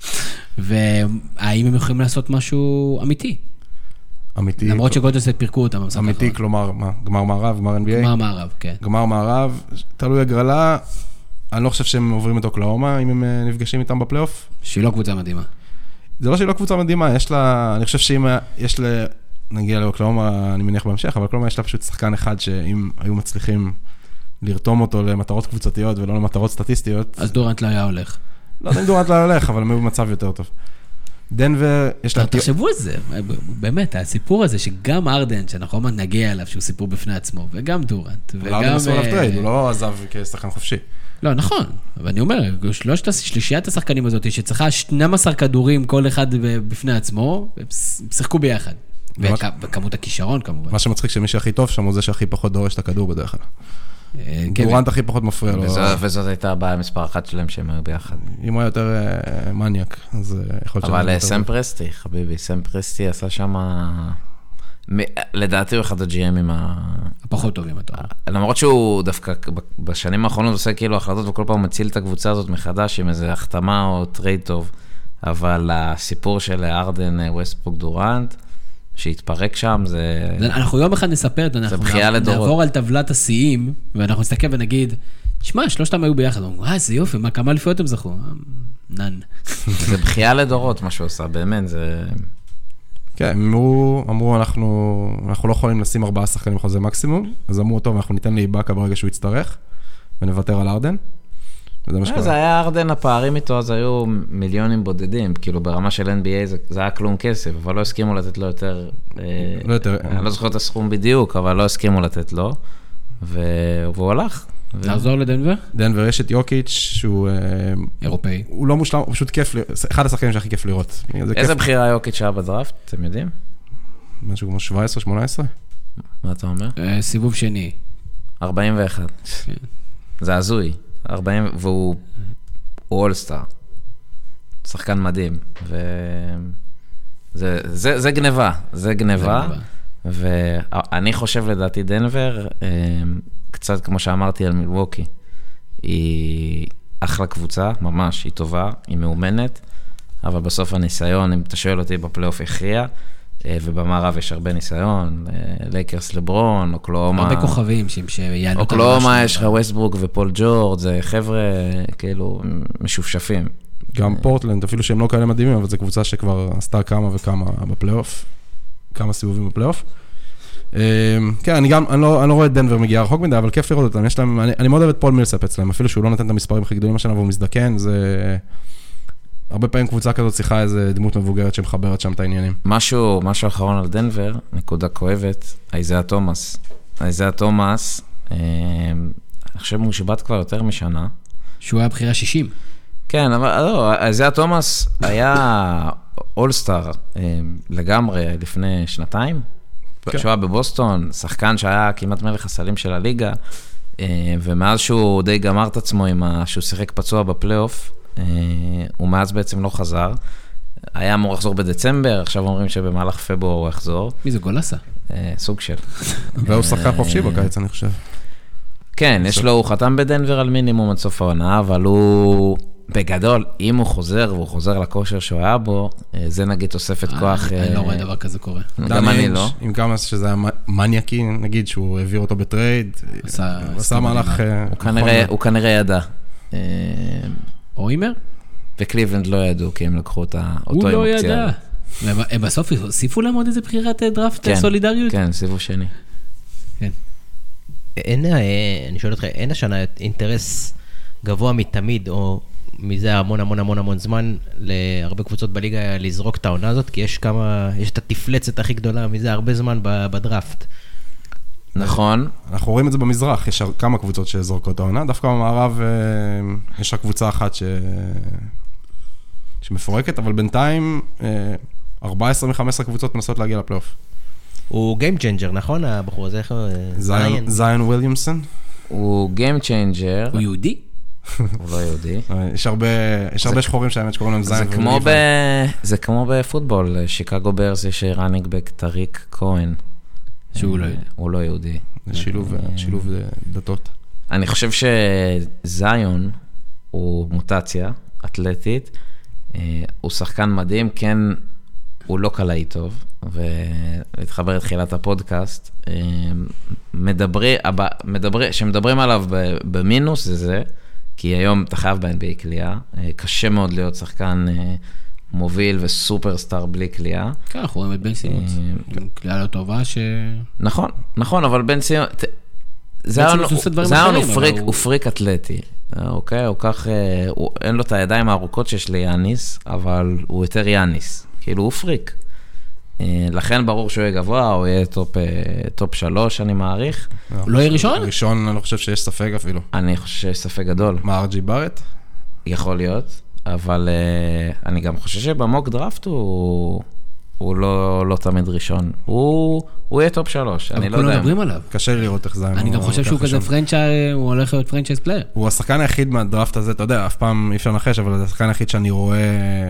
והאם הם יכולים לעשות משהו אמיתי? אמיתי. למרות שגולדן פירקו אותם. אמיתי, כלומר, מה? גמר מערב, גמר NBA? גמר מערב, כן. גמר מערב, תלוי הגרלה, אני לא חושב שהם עוברים את אוקלהומה, אם הם נפגשים איתם בפלייאוף. שהיא לא קבוצה מדהימה. זה לא שהיא לא קבוצה מדהימה, יש לה, אני חושב שאם יש לה, נגיע לאוקלהומה, אני מניח בהמשך, אבל כלומר יש לה פשוט שחקן אחד שאם היו מצליחים לרתום אותו למטרות קבוצתיות ולא למטרות סטטיסטיות. אז דורנט לא היה הולך. לא יודע אם דורנט לא הולך, אבל הם היו במצב יותר טוב. דנבר, יש לה... תחשבו על זה, באמת, הסיפור הזה שגם ארדן, שאנחנו עוד נגיע אליו, שהוא סיפור בפני עצמו, וגם דורנט, וגם... ארדן עשו עליו טרייד, הוא לא עזב כשחקן חופשי. לא, נכון, אבל אני אומר, שלישיית השחקנים הזאת, שצריכה 12 כדורים כל אחד בפני עצמו, שיחקו ביחד. וכמות הכישרון, כמובן. מה שמצחיק שמי שהכי טוב שם הוא זה שהכי פחות דורש את הכדור בדרך כלל. דורנט הכי פחות מפריע לו. וזאת הייתה הבעיה מספר אחת שלהם שהם היו ביחד. אם הוא היה יותר מניאק, אז יכול להיות... אבל סם פרסטי, חביבי, סם פרסטי עשה שם... לדעתי הוא אחד הג'י.אמים הפחות טובים אתה. למרות שהוא דווקא בשנים האחרונות עושה כאילו החלטות וכל פעם מציל את הקבוצה הזאת מחדש עם איזו החתמה או טרייד טוב. אבל הסיפור של ארדן ווסטברוק דורנט, שהתפרק שם, זה... אנחנו יום אחד נספר, אנחנו נעבור על טבלת השיאים, ואנחנו נסתכל ונגיד, תשמע, שלושתם היו ביחד, איזה יופי, כמה לפיות הם זכו? נן. זה בחייה לדורות, מה שהוא עושה, באמת, זה... כן, אמרו, אנחנו לא יכולים לשים 4 שחקנים חוזה מקסימום, אז אמרו, טוב, אנחנו ניתן לאיבאקה ברגע שהוא יצטרך, ונוותר על ארדן. זה היה ארדן, הפערים איתו, אז היו מיליונים בודדים, כאילו ברמה של NBA זה היה כלום כסף, אבל לא הסכימו לתת לו יותר, אני לא זוכר את הסכום בדיוק, אבל לא הסכימו לתת לו, והוא הלך. לעזור לדנבר? דנבר יש את יוקיץ' שהוא אירופאי. הוא לא מושלם, הוא פשוט כיף, אחד השחקנים שהכי כיף לראות. איזה בחירה יוקיץ' היה בדראפט, אתם יודעים? משהו כמו 17, 18? מה אתה אומר? סיבוב שני. 41. זה הזוי. 40, והוא אולסטאר. שחקן מדהים. זה גניבה. זה גניבה. ואני חושב לדעתי דנבר, קצת כמו שאמרתי על מילווקי, היא אחלה קבוצה, ממש, היא טובה, היא מאומנת, אבל בסוף הניסיון, אם אתה שואל אותי בפלייאוף הכריע, ובמערב יש הרבה ניסיון, לייקרס לברון, אוקלהומה... הרבה כוכבים שיענו... אוקלהומה יש לך ווסטברוק ופול ג'ורג', זה חבר'ה כאילו משופשפים. גם פורטלנד, אפילו שהם לא כאלה מדהימים, אבל זו קבוצה שכבר עשתה כמה וכמה בפלייאוף, כמה סיבובים בפלייאוף. כן, אני לא רואה את דנבר מגיעה רחוק מדי, אבל כיף לראות אותם. אני מאוד אוהב את פול מילסאפ אצלם, אפילו שהוא לא נותן את המספרים הכי גדולים השנה, והוא מזדקן, זה... הרבה פעמים קבוצה כזאת צריכה איזו דמות מבוגרת שמחברת שם את העניינים. משהו אחרון על דנבר, נקודה כואבת, איזאה תומאס, אני חושב מושבת כבר יותר משנה. שהוא היה בחירה 60. כן, אבל לא, איזאה תומאס היה אולסטאר לגמרי לפני שנתיים, שהוא היה בבוסטון, שחקן שהיה כמעט מלך הסלים של הליגה, ומאז שהוא די גמר את עצמו שהוא שיחק פצוע בפלייאוף, הוא מאז בעצם לא חזר. היה אמור לחזור בדצמבר, עכשיו אומרים שבמהלך פברואר הוא יחזור. מי זה גולסה? סוג של. והוא שחקן חופשי בקיץ, אני חושב. כן, הוא חתם בדנבר על מינימום עד סוף העונה, אבל הוא בגדול, אם הוא חוזר, והוא חוזר לכושר שהוא היה בו, זה נגיד תוספת כוח... אני לא רואה דבר כזה קורה. גם אני לא. עם כמה שזה היה מניאקי, נגיד שהוא העביר אותו בטרייד, עשה מהלך... הוא כנראה ידע. או אימר? וקליבלנד לא ידעו, כי הם לקחו אותו עם הוא לא ידע. הם בסוף הוסיפו להם עוד איזה בחירת דראפט סולידריות? כן, סיבוב שני. כן. אני שואל אותך, אין השנה אינטרס גבוה מתמיד, או מזה המון המון המון המון זמן, להרבה קבוצות בליגה לזרוק את העונה הזאת, כי יש את התפלצת הכי גדולה מזה הרבה זמן בדראפט. נכון. אנחנו רואים את זה במזרח, יש כמה קבוצות שזורקות את העונה, דווקא במערב יש רק קבוצה אחת שמפורקת, אבל בינתיים 14 מ-15 קבוצות מנסות להגיע לפלייאוף. הוא גיים צ'יינג'ר, נכון? הבחור הזה, איך הוא? זיון וויליאמסון. הוא גיים צ'יינג'ר. הוא יהודי? הוא לא יהודי. יש הרבה שחורים שהאמת שקוראים להם זיון. זה כמו בפוטבול, שיקגו ברס יש ראנינג בק טריק כהן. שהוא לא יהודי. הוא לא יהודי. שילוב דתות. אני חושב שזיון הוא מוטציה אתלטית, הוא שחקן מדהים, כן, הוא לא קלעי טוב, ולהתחבר לתחילת הפודקאסט, שמדברים עליו במינוס זה, כי היום אתה חייב ב-NBA קליעה, קשה מאוד להיות שחקן מוביל וסופרסטאר בלי קליעה. כן, אנחנו רואים את בן סימונס, קליעה לא טובה נכון, אבל בן סימונס, זיון הוא פריק אתלטי, אוקיי? אין לו את הידיים הארוכות שיש ליאניס, אבל הוא יותר יאניס, כאילו הוא פריק. לכן ברור שהוא יהיה גבוה, הוא יהיה טופ 3, אני מעריך. לא יהיה ראשון? ראשון, אני לא חושב שיש ספק אפילו. אני חושב שיש ספק גדול. מה, ארג'י בארט? יכול להיות, אבל אני גם חושב שבמוק דראפט הוא לא תמיד ראשון. הוא יהיה טופ 3, אני לא יודע. כולם מדברים עליו. קשה לי לראות איך זה. אני גם חושב שהוא כזה הוא הולך להיות פרנצ'ייז פלייר. הוא השחקן היחיד מהדראפט הזה, אתה יודע, אף פעם אי אפשר לנחש, אבל זה השחקן היחיד שאני רואה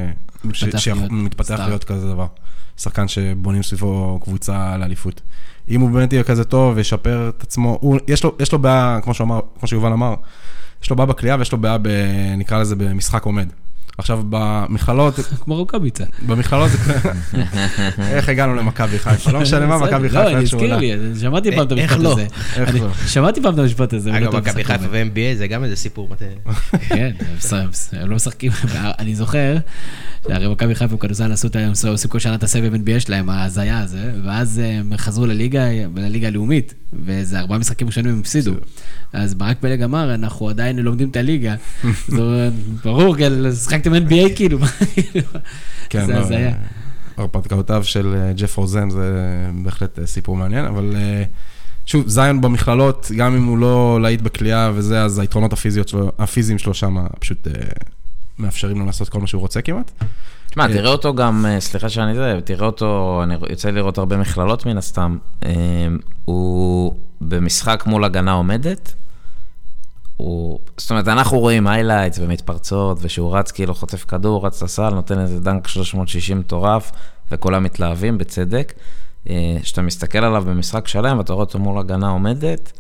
שמתפתח להיות כזה דבר. שחקן שבונים סביבו קבוצה לאליפות. אם הוא באמת יהיה כזה טוב וישפר את עצמו, יש לו בעיה, כמו שיובל אמר, יש לו בעיה בקליעה ויש לו בעיה, נקרא לזה, במשחק עומד. עכשיו, במכללות... כמו רוקאביצה. במכללות... איך הגענו למכבי חיפה? לא משנה מה, מכבי חיפה. לא, אני הזכיר לי, שמעתי פעם את המשפט הזה. איך לא? שמעתי פעם את המשפט הזה. אגב, מכבי חיפה ו-NBA זה גם איזה סיפור. כן, הם לא משחקים. אני זוכר, שהרי מכבי חיפה וכדורסל עשו כל שנה את הסבב NBA שלהם, ההזיה הזה, ואז הם חזרו לליגה הלאומית, ואיזה 4 משחקים ראשונים הם הפסידו. אז ברק פלג אמר, אנחנו עדיין לומדים את הליגה. ברור, שחקתם NBA כאילו. זה הזיה. הרפתקאותיו של ג'ף רוזן זה בהחלט סיפור מעניין, אבל שוב, זיון במכללות, גם אם הוא לא להיט בקליעה וזה, אז היתרונות הפיזיים שלו שם פשוט מאפשרים לו לעשות כל מה שהוא רוצה כמעט. תשמע, תראה אותו גם, סליחה שאני תראה אותו, אני יוצא לראות הרבה מכללות מן הסתם, הוא במשחק מול הגנה עומדת, זאת אומרת, אנחנו רואים highlights ומתפרצות, ושהוא רץ כאילו חוטף כדור, רץ לסל, נותן איזה דנק 360 מטורף, וכולם מתלהבים בצדק. שאתה מסתכל עליו במשחק שלם, ואתה רואה אותו מול הגנה עומדת,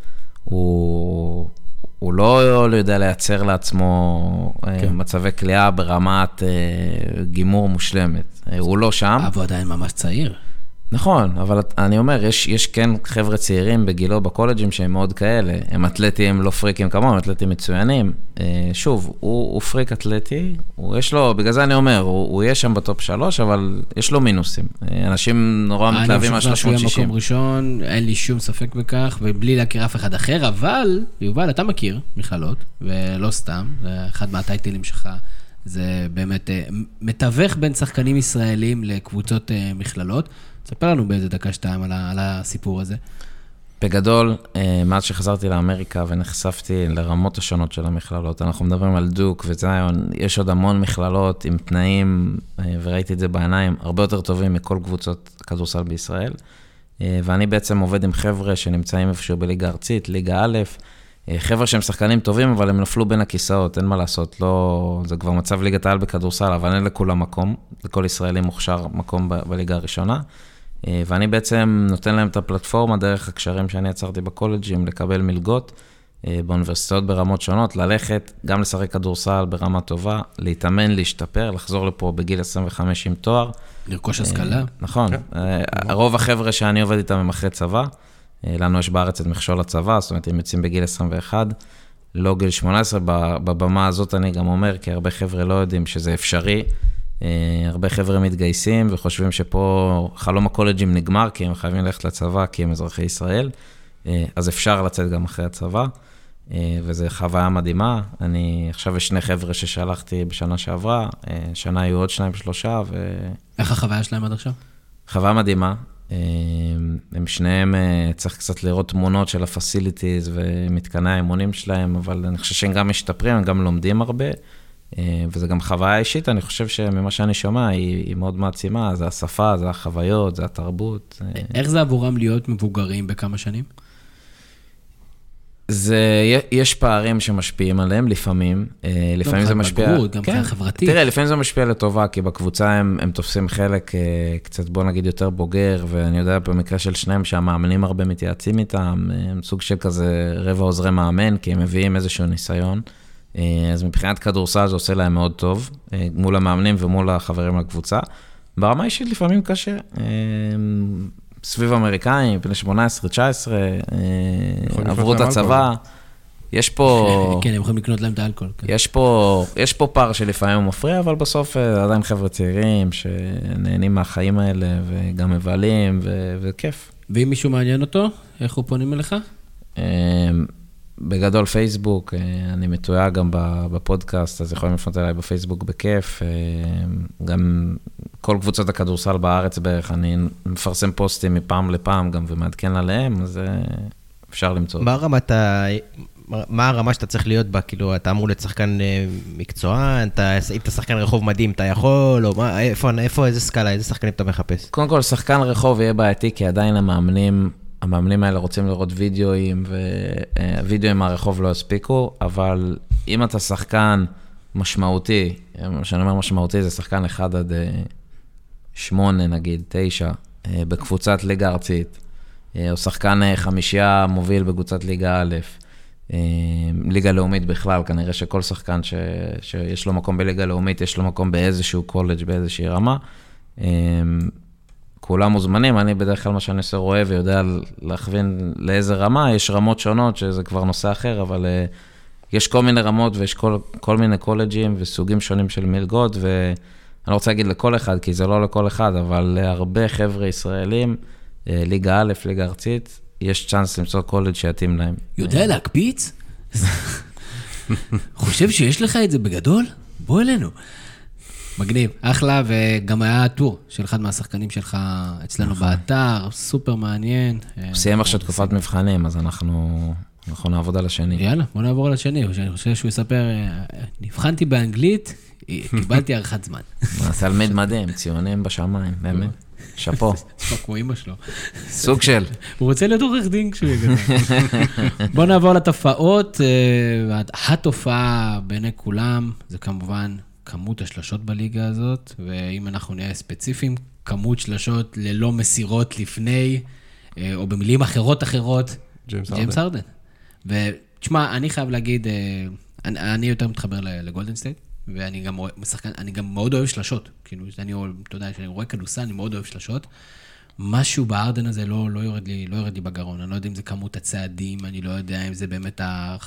הוא לא יודע לייצר לעצמו מצבי קליעה ברמת גימור מושלמת. הוא לא שם. אבל עדיין ממש צעיר. נכון, אבל אני אומר, יש כן חבר'ה צעירים בגילו בקולג'ים שהם מאוד כאלה, הם אתלטים לא פריקים כמוהם, אתלטים מצוינים. שוב, הוא פריק אתלטי, יש לו, בגלל זה אני אומר, הוא יהיה שם בטופ 3, אבל יש לו מינוסים. אנשים נורא מתלהבים על 360. אני חושב שהוא יהיה מקום ראשון, אין לי שום ספק בכך, ובלי להכיר אף אחד אחר, אבל, יובל, אתה מכיר מכללות, ולא סתם, אחד מהטייטלים שלך, זה באמת מתווך בין שחקנים ישראלים לקבוצות מכללות. תספר לנו באיזה דקה-שתיים על הסיפור הזה. בגדול, מאז שחזרתי לאמריקה ונחשפתי לרמות השונות של המכללות, אנחנו מדברים על דוק וזיון, יש עוד המון מכללות עם תנאים, וראיתי את זה בעיניים, הרבה יותר טובים מכל קבוצות כדורסל בישראל, ואני בעצם עובד עם חבר'ה שנמצאים איפשהו בליגה ארצית, ליגה א', חבר'ה שהם שחקנים טובים, אבל הם נפלו בין הכיסאות, אין מה לעשות, לא, זה כבר מצב ליגת העל בכדורסל, אבל אין לכולם מקום, לכל ישראלי מוכשר מקום בליגה הראשונה, ואני בעצם נותן להם את הפלטפורמה דרך הקשרים שאני יצרתי בקולג'ים, לקבל מלגות באוניברסיטאות ברמות שונות, ללכת, גם לשחק כדורסל ברמה טובה, להתאמן, להשתפר, לחזור לפה בגיל 25 עם תואר. לרכוש השכלה. נכון. הרוב החבר'ה שאני עובד איתם הם אחרי צבא, לנו יש בארץ את מכשול הצבא, זאת אומרת, הם יוצאים בגיל 21, לא גיל 18, בבמה הזאת אני גם אומר, כי הרבה חבר'ה לא יודעים שזה אפשרי, הרבה חבר'ה מתגייסים וחושבים שפה חלום הקולג'ים נגמר, כי הם חייבים ללכת לצבא, כי הם אזרחי ישראל. אז אפשר לצאת גם אחרי הצבא, וזו חוויה מדהימה. עכשיו יש 2 חבר'ה ששלחתי בשנה שעברה, שנה היו עוד 2-3, איך החוויה שלהם עד עכשיו? חוויה מדהימה. הם שניהם, צריך קצת לראות תמונות של הפסיליטיז ומתקני האימונים שלהם, אבל אני חושב שהם גם משתפרים, הם גם לומדים הרבה, וזה גם חוויה אישית, אני חושב שממה שאני שומע, היא מאוד מעצימה, זה השפה, זה החוויות, זה התרבות. איך זה עבורם להיות מבוגרים בכמה שנים? יש פערים שמשפיעים עליהם לפעמים, לפעמים זה משפיע... בגרות, גם כן, חברתית. תראה, לפעמים זה משפיע לטובה, כי בקבוצה הם תופסים חלק קצת, בוא נגיד, יותר בוגר, ואני יודע במקרה של שניהם שהמאמנים הרבה מתייעצים איתם, הם סוג של כזה רבע עוזרי מאמן, כי הם מביאים איזשהו ניסיון, אז מבחינת כדורסל זה עושה להם מאוד טוב, מול המאמנים ומול החברים לקבוצה. ברמה אישית לפעמים קשה, סביב אמריקאים, בני 18, 19, עברו את הצבא, יש פה... כן, הם יכולים לקנות להם את האלכוהול. יש פה פער שלפעמים הוא מפריע, אבל בסוף עדיין חבר'ה צעירים שנהנים מהחיים האלה, וגם מבלים, וכיף. ואם מישהו מעניין אותו, איך הוא פונים אליך? בגדול פייסבוק, אני מתויה גם בפודקאסט, אז יכולים לפנות אליי בפייסבוק בכיף, גם כל קבוצות הכדורסל בארץ בערך, אני מפרסם פוסטים מפעם לפעם גם ומעדכן עליהם, אז אפשר למצוא. מה הרמה שאתה צריך להיות בה? כאילו, אתה אמור להיות שחקן מקצוען, אם אתה שחקן רחוב מדהים, אתה יכול, או מה, איפה, איזה סקאלה, איזה שחקנים אתה מחפש? קודם כל, שחקן רחוב יהיה בעייתי, כי עדיין המאמנים האלה רוצים לראות וידאוים, ווידאוים מהרחוב לא הספיקו, אבל אם אתה שחקן משמעותי, מה שאני אומר משמעותי, זה שחקן 1 עד 8 נגיד, 9, בקבוצת ליגה ארצית, או שחקן 5 מוביל בקבוצת ליגה א', ליגה לאומית בכלל, כנראה שכל שחקן שיש לו מקום בליגה לאומית, יש לו מקום באיזשהו קולג' באיזושהי רמה, כולם מוזמנים, אני בדרך כלל מה שאני עושה רואה ויודע להכווין לאיזה רמה, יש רמות שונות שזה כבר נושא אחר, אבל יש כל מיני רמות ויש כל מיני קולג'ים וסוגים שונים של מלגות, ואני לא רוצה להגיד לכל אחד, כי זה לא לכל אחד, אבל להרבה חבר'ה ישראלים, ליגה א', ליגה ארצית, יש צ'אנס למצוא קולג' שיתאים להם. יודע להקפיץ? חושב שיש לך את זה בגדול? בוא אלינו. מגניב, אחלה, וגם היה טור של אחד מהשחקנים שלך אצלנו באתר, סופר מעניין. סיים עכשיו תקופת מבחנים, אז אנחנו נעבוד על השני. יאללה, בוא נעבור על השני, אני חושב שהוא יספר, נבחנתי באנגלית, קיבלתי ערכת זמן. תלמיד מדהים, ציונים בשמיים, באמת. שפו. שפו כמו אמא שלו. סוג של. הוא רוצה להיות עורך דין כשהוא יגדל. בוא נעבור לתופעות, התופעה בעיני כולם, זה כמובן כמות השלשות בליגה הזאת, ואם אנחנו נהיה ספציפיים, כמות שלשות ללא מסירות לפני, או במילים אחרות, ג'יימס הרדן. ותשמע, אני חייב להגיד, אני יותר מתחבר לגולדן סטייט, ואני גם מאוד אוהב שלשות, כאילו, אתה יודע, כשאני רואה כדורסל, אני מאוד אוהב שלשות, משהו בהרדן הזה לא יורד לי בגרון, אני לא יודע אם זה כמות הצעדים, אני לא יודע אם זה באמת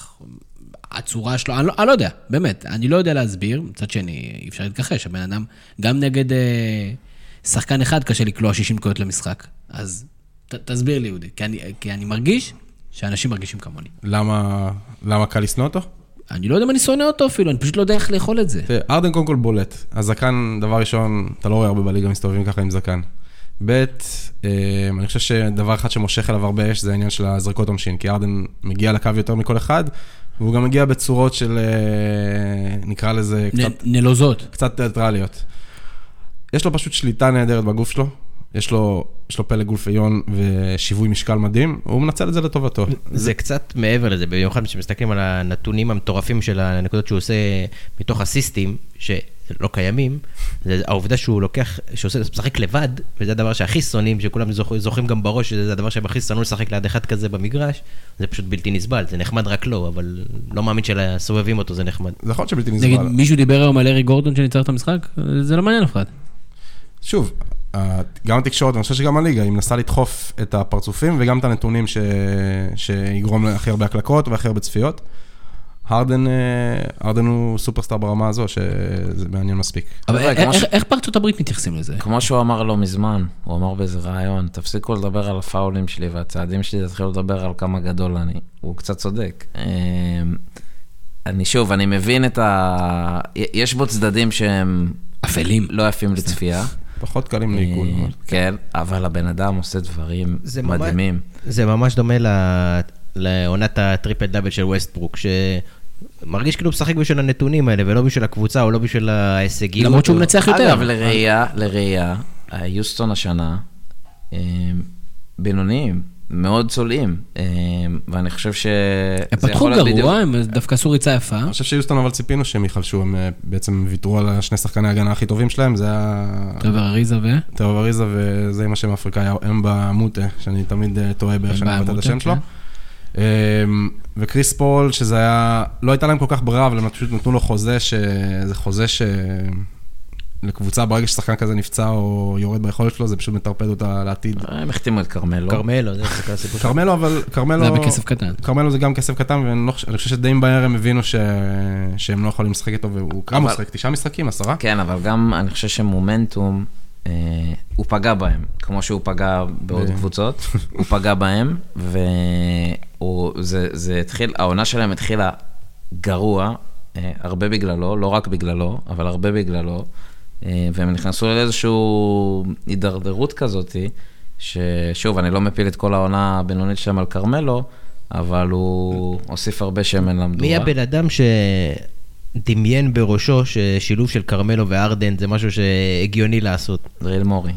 הצורה שלו, אני לא יודע, באמת, אני לא יודע להסביר, מצד שני, אי אפשר להתכחש, הבן אדם, גם נגד שחקן אחד קשה לקלוע 60 דקות למשחק, אז תסביר לי, יהודי, כי אני מרגיש שאנשים מרגישים כמוני. למה קל לשנוא אותו? אני לא יודע מה אני שונא אותו אפילו, אני פשוט לא יודע איך לאכול את זה. ארדן קודם כל בולט, הזקן, דבר ראשון, אתה לא רואה הרבה בליגה מסתובבים ככה עם זקן. ב' אני חושב שדבר אחד שמושך אליו הרבה אש, זה העניין של הזרקות עונשין, כי ארדן מגיע לקו יותר מכל אחד, והוא גם מגיע בצורות של, נקרא לזה, נלוזות. קצת תיאטרליות. יש לו פשוט שליטה נהדרת בגוף שלו, יש לו פלג גולפיון ושיווי משקל מדהים, הוא מנצל את זה לטובתו. זה קצת מעבר לזה, במיוחד שמסתכלים על הנתונים המטורפים של הנקודות שהוא עושה מתוך אסיסטים, שלא קיימים, זה העובדה שהוא לוקח, משחק לבד, וזה הדבר שהכי שונאים, שכולם זוכרים גם בראש, שזה הדבר שהם הכי שנאו לשחק ליד אחד כזה במגרש, זה פשוט בלתי נסבל, זה נחמד רק לא, אבל לא מאמין שלסובבים אותו זה נחמד. זה יכול שבלתי נסבל. נגיד, מישהו דיבר היום על ארי גורדון שניצח את המשחק? זה לא מעניין אף אחד. שוב, גם התקשורת, אני חושב שגם הליגה, היא מנסה לדחוף את הפרצופים וגם את הנתונים שיגרום הכי הרבה הקלקות והכי הרבה צפיות. הרדן הוא סופרסטאר ברמה הזו, שזה מעניין מספיק. אבל איך בארצות הברית מתייחסים לזה? כמו שהוא אמר לא מזמן, הוא אמר באיזה רעיון, תפסיקו לדבר על הפאולים שלי והצעדים שלי, תתחילו לדבר על כמה גדול אני. הוא קצת צודק. אני מבין יש בו צדדים שהם אפלים. לא יפים לצפייה. פחות קלים לעיכול. כן, אבל הבן אדם עושה דברים מדהימים. זה ממש דומה לעונת הטריפל דאבל של ווסטברוק, שמרגיש כאילו משחק בשביל הנתונים האלה, ולא בשביל הקבוצה, או לא בשביל ההישגיות. למרות שהוא מנצח יותר. אגב, לראייה, יוסטון השנה, בינוניים, מאוד צולעים, ואני חושב ש... הם פתחו גרוע, הם דווקא עשו ריצה יפה. אני חושב שיוסטון אבל ציפינו שהם יחלשו, הם בעצם ויתרו על שני שחקני ההגנה הכי טובים שלהם, זה היה... טובר אריזה טובר אריזה, וזה עם השם האפריקאי, הם במוטה, שאני תמיד טועה באיך שאני מבטא את השם שלו. וקריס פול, שזה היה... לא הייתה להם כל כך ברירה, אבל הם פשוט נתנו לו חוזה, שזה חוזה לקבוצה, ברגע ששחקן כזה נפצע או יורד ביכולת שלו, זה פשוט מטרפד אותה לעתיד. הם החתימו את קרמלו. קרמלו, זה הסיפור. קרמלו, אבל קרמלו... זה היה בכסף קטן. קרמלו זה גם כסף קטן, ואני חושב שדי מהר הם הבינו שהם לא יכולים לשחק איתו, והוא כמה משחק? 9 משחקים, 10? כן, אבל גם אני חושב שמומנטום, הוא פגע בהם, כמו שהוא פגע בעוד קבוצות, הוא פגע בהם, וזה התחיל, העונה שלהם התחילה גרוע, הרבה בגללו, לא רק בגללו, אבל הרבה בגללו, והם נכנסו לאיזשהו הידרדרות כזאת, ששוב, אני לא מפיל את כל העונה הבינונית שלהם על קרמלו, אבל הוא הוסיף הרבה שמן למדורה. מי הבן אדם שדמיין בראשו ששילוב של קרמלו וארדן זה משהו שהגיוני לעשות? דריל מורי.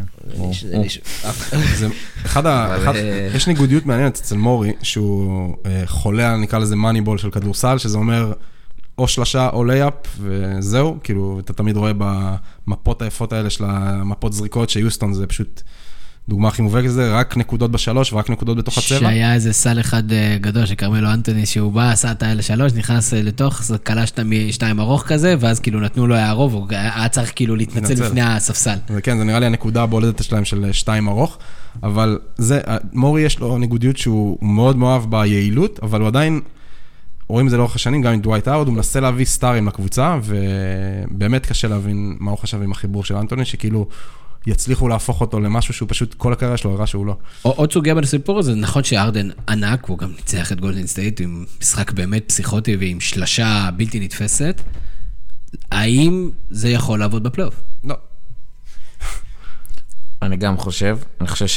יש ניגודיות מעניינת אצל מורי, שהוא חולה, נקרא לזה מאניבול של כדורסל, שזה אומר... או שלשה או לייפ, וזהו, כאילו, אתה תמיד רואה במפות היפות האלה של המפות זריקות, שיוסטון זה פשוט דוגמה הכי מובהקת לזה, רק נקודות בשלוש ורק נקודות בתוך הצבע. שהיה איזה סל אחד גדול שקרמלו אנטוני, שהוא בא, עשה את האלה שלוש, נכנס לתוך, קלש שתיים ארוך כזה, ואז כאילו נתנו לו הערוב, הוא היה צריך כאילו להתנצל לפני הספסל. כן, זה נראה לי הנקודה הבולדת שלהם של שתיים ארוך, אבל זה, מורי יש לו ניגודיות שהוא מאוד מאוהב ביעילות, אבל הוא עדיין רואים את זה לאורך השנים, גם עם דווייט האורד, הוא מנסה להביא סטארים לקבוצה, ובאמת קשה להבין מה הוא חשב עם החיבור של אנטוני, שכאילו יצליחו להפוך אותו למשהו שהוא פשוט כל הקריירה שלו, הראה שהוא לא. עוד סוגיה בסיפור הזה, נכון שארדן ענק, והוא גם ניצח את גולדן סטייט, עם משחק באמת פסיכוטי, ועם שלשה בלתי נתפסת, האם זה יכול לעבוד בפלייאוף? לא. אני גם חושב, אני חושב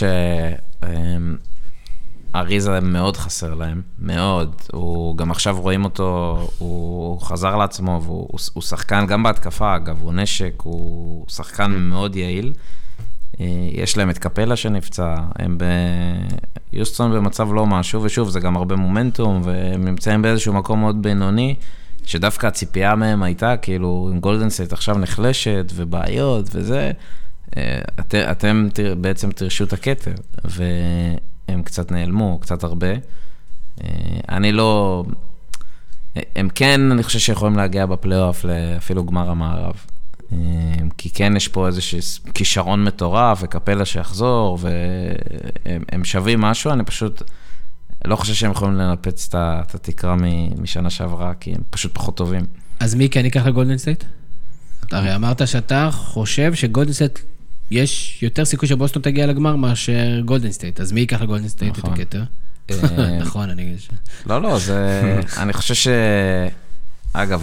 אריזה מאוד חסר להם, מאוד. הוא גם עכשיו רואים אותו, הוא חזר לעצמו, והוא שחקן גם בהתקפה, אגב, הוא נשק, הוא שחקן מאוד יעיל. יש להם את קפלה שנפצע, הם ביוסטון במצב לא משהו, ושוב, זה גם הרבה מומנטום, והם נמצאים באיזשהו מקום מאוד בינוני, שדווקא הציפייה מהם הייתה, כאילו, עם גולדן סטייט עכשיו נחלשת, ובעיות, וזה, אתם בעצם תרשו את הכתר, הם קצת נעלמו, קצת הרבה. אני לא... הם כן, אני חושב שיכולים להגיע בפלייאוף אפילו גמר המערב. כי כן יש פה איזשהו כישרון מטורף, וקפלה שיחזור, והם שווים משהו, אני פשוט לא חושב שהם יכולים לנפץ את התקרה משנה שעברה, כי הם פשוט פחות טובים. אז מי כן ייקח לגולדן סטייט? הרי אמרת שאתה חושב שגולדן סטייט יש יותר סיכוי שבוסטון תגיע לגמר מאשר גולדן סטייט, אז מי ייקח לגולדן סטייט את הכתר? נכון, אני אגיד ש... לא, זה... אני חושב ש... אגב,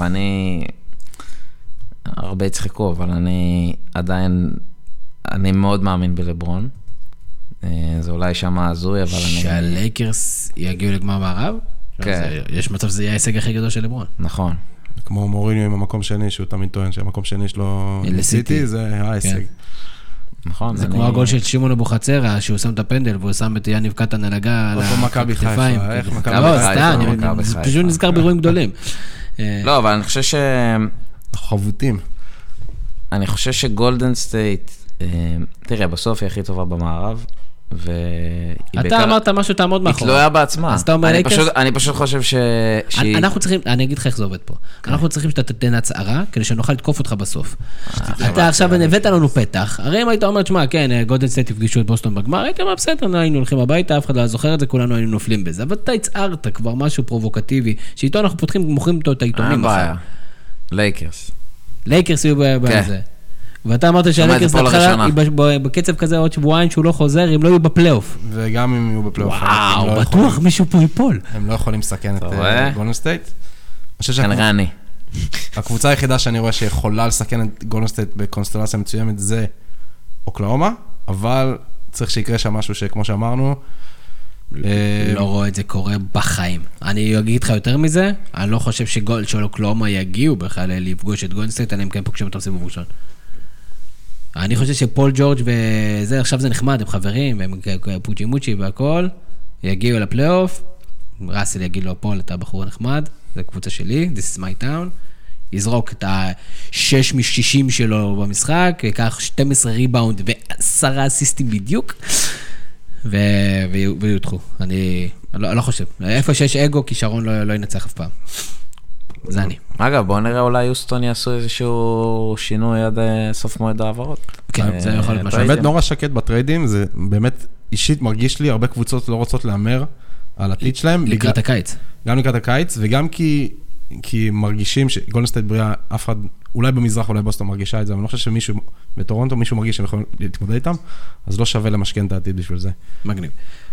הרבה הצחיקו, אבל אני עדיין... אני מאוד מאמין בלברון. זה אולי שמה הזוי, אבל אני... שהלייקרס יגיעו לגמר מערב? כן. יש מצב שזה יהיה ההישג הכי גדול של לברון. נכון. כמו מוריניו עם המקום שני, שהוא תמיד טוען שהמקום שני שלו לסיטי, זה ההישג. נכון. זה כמו הגול של שמעון אבוחצירא, שהוא שם את הפנדל, והוא שם את יניב קטן על הכתפיים. איך מכבי לא, סתם, אני פשוט נזכר באירועים גדולים. לא, אבל אני חושב ש... חבוטים. אני חושב שגולדן סטייט, תראה, בסוף היא הכי טובה במערב, אתה אמרת משהו, תעמוד מאחורי. היא תלויה בעצמה. אז אתה אומר לייקרס? אני פשוט חושב אנחנו צריכים, אני אגיד לך איך זה עובד פה. אנחנו צריכים שאתה תתן הצהרה, כדי שנוכל לתקוף אותך בסוף. אתה עכשיו הבאת לנו פתח, הרי אם היית אומר, תשמע, כן, גולדן סטייט יפגשו את בוסטון בגמר, הייתי אומר, בסדר, היינו הולכים הביתה, אף אחד לא זוכר את זה, כולנו היינו נופלים בזה. אבל אתה הצהרת כבר משהו פרובוקטיבי, שאיתו אנחנו פותחים, מוכרים את העיתונים מחר. לייקרס. לייקרס יהיו בזה. ואתה אמרת שהלייקרס בהתחלה, בקצב כזה עוד שבועיים שהוא לא חוזר, אם לא יהיו בפלייאוף. וגם אם יהיו בפלייאוף. וואו, בטוח מישהו פה ייפול. הם לא יכולים לסכן את גולדן סטייט. כנראה אני. הקבוצה היחידה שאני רואה שיכולה לסכן את גולדן סטייט בקונסטלציה מצוימת זה אוקלאומה, אבל צריך שיקרה שם משהו שכמו שאמרנו, לא רואה את זה קורה בחיים. אני אגיד לך יותר מזה, אני לא חושב שאוקלאומה יגיעו בכלל לפגוש את גולדן סטייט, אני הם כן פוגשים אותם סיבוב ראשון. אני חושב שפול ג'ורג' וזה, עכשיו זה נחמד, הם חברים, הם פוג'י מוצ'י והכל, יגיעו לפלייאוף, ראסל יגיד לו, פול, אתה בחור נחמד, זה קבוצה שלי, this is my town, יזרוק את ה-6 מ-60 שלו במשחק, ייקח 12 ריבאונד ו10 אסיסטים בדיוק, ויותחו. אני לא חושב. איפה שיש אגו, כישרון לא ינצח אף פעם. זה אני. אגב, בואו נראה אולי יוסטון יעשו איזשהו שינוי עד סוף מועד העברות. כן, זה יכול להיות משהו. באמת נורא שקט בטריידים, זה באמת אישית מרגיש לי, הרבה קבוצות לא רוצות לאמר על עתיד שלהם. לקראת הקיץ. גם לקראת הקיץ, וגם כי מרגישים שגולדן סטייט בריאה, אף אחד, אולי במזרח, אולי בוסטון מרגישה את זה, אבל אני לא חושב שמישהו, בטורונטו מישהו מרגיש שהם יכולים להתמודד איתם, אז לא שווה למשכן את העתיד בשביל זה. מגניב.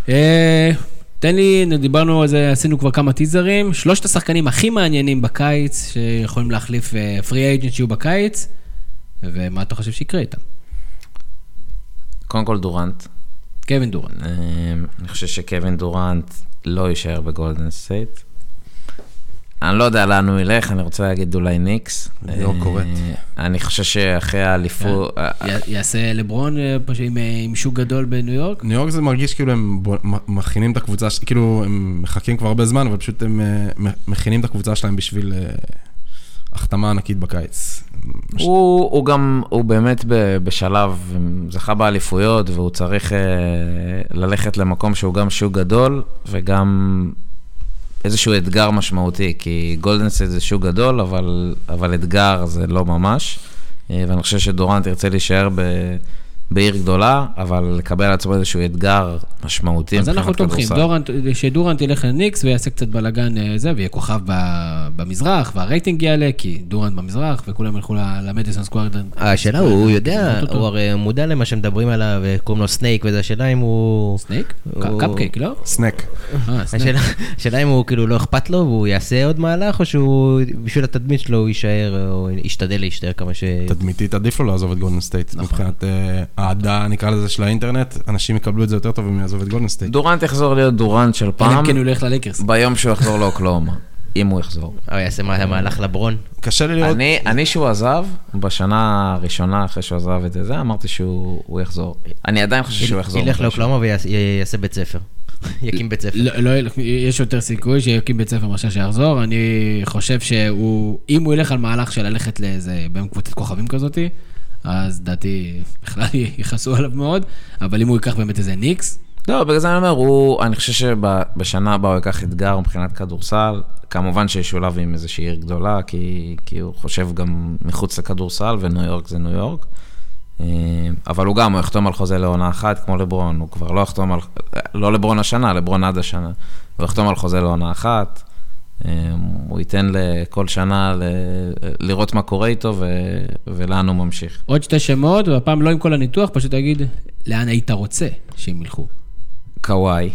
תן לי, דיברנו על זה, עשינו כבר כמה טיזרים, 3 השחקנים הכי מעניינים בקיץ, שיכולים להחליף פרי אייג'נט שיהיו בקיץ, ומה אתה חושב שיקרה איתם? קודם כל דורנט. קווין דורנט. אני חושב שקווין דורנט לא יישאר בגולדן סטייט. אני לא יודע לאן הוא ילך, אני רוצה להגיד אולי ניקס. לא קורט. אני חושב שאחרי האליפות... יעשה לברון עם שוק גדול בניו יורק? ניו יורק זה מרגיש כאילו הם מכינים את הקבוצה, כאילו הם מחכים כבר הרבה זמן, אבל פשוט הם מכינים את הקבוצה שלהם בשביל החתמה ענקית בקיץ. הוא גם, הוא באמת בשלב, זכה באליפויות, והוא צריך ללכת למקום שהוא גם שוק גדול, וגם... איזשהו אתגר משמעותי, כי גולדן סטייט זה שוק גדול, אבל אתגר זה לא ממש, ואני חושב שדורנט ירצה להישאר בעיר גדולה, אבל לקבל על עצמו איזשהו אתגר משמעותי. אז אנחנו תומכים, שדורנט ילך לניקס ויעשה קצת בלגן זה, ויהיה כוכב במזרח, והרייטינג יעלה, כי דורנט במזרח, וכולם ילכו למדיסון סקוואר. השאלה, הוא יודע, הוא הרי מודע למה שמדברים עליו, וקוראים לו סנייק, וזה השאלה אם הוא... סנייק? קאפקייק, לא? סנק. השאלה אם הוא כאילו לא אכפת לו, והוא יעשה עוד מהלך, או שהוא בשביל התדמית שלו הוא יישאר, או ישתדל להשתאר כמה ש... תדמיתית עדיף לו לעזוב את גולדן סטייט, מבחינת העדה, נקרא לזה, של האינטרנט, אנשים יקבלו את זה יותר טוב אם יעזוב את גולדן סטייט. דורנט יחזור להיות דורנט של פעם. אלא כן הוא ילך ללייקרס. ביום שהוא יחזור לאוקלאומה, אם הוא יחזור. הוא יעשה מהלך לברון. קשה לי לראות. אני שהוא עזב, בשנה הראשונה אחרי שהוא עזב את זה, אמרתי שהוא יחזור. אני עדיין חושב שהוא יחזור. ילך לאוקלאומה ויעשה בית ספר. יקים בית ספר. יש יותר סיכוי שיקים בית ספר מאשר שיחזור. אני חושב אם הוא ילך על מהלך של ללכת לאיזה, בין קבוצת כוכבים כזאת, אז דעתי בכלל יחסו עליו מאוד, אבל אם הוא ייקח באמת איזה ניקס... לא, בגלל זה אני אומר, אני חושב שבשנה הבאה הוא ייקח אתגר מבחינת כדורסל, כמובן שישולב עם איזושהי עיר גדולה, כי הוא חושב גם מחוץ לכדורסל, וניו יורק זה ניו יורק, אבל הוא גם, הוא יחתום על חוזה לעונה אחת, כמו לברון, הוא כבר לא יחתום על, לא לברון השנה, לברון עד השנה, הוא יחתום על חוזה לעונה אחת, הוא ייתן לכל שנה לראות מה קורה איתו ולאן הוא ממשיך. עוד 2 שמות, והפעם לא עם כל הניתוח, פשוט תגיד לאן היית רוצה שהם ילכו. קוואי.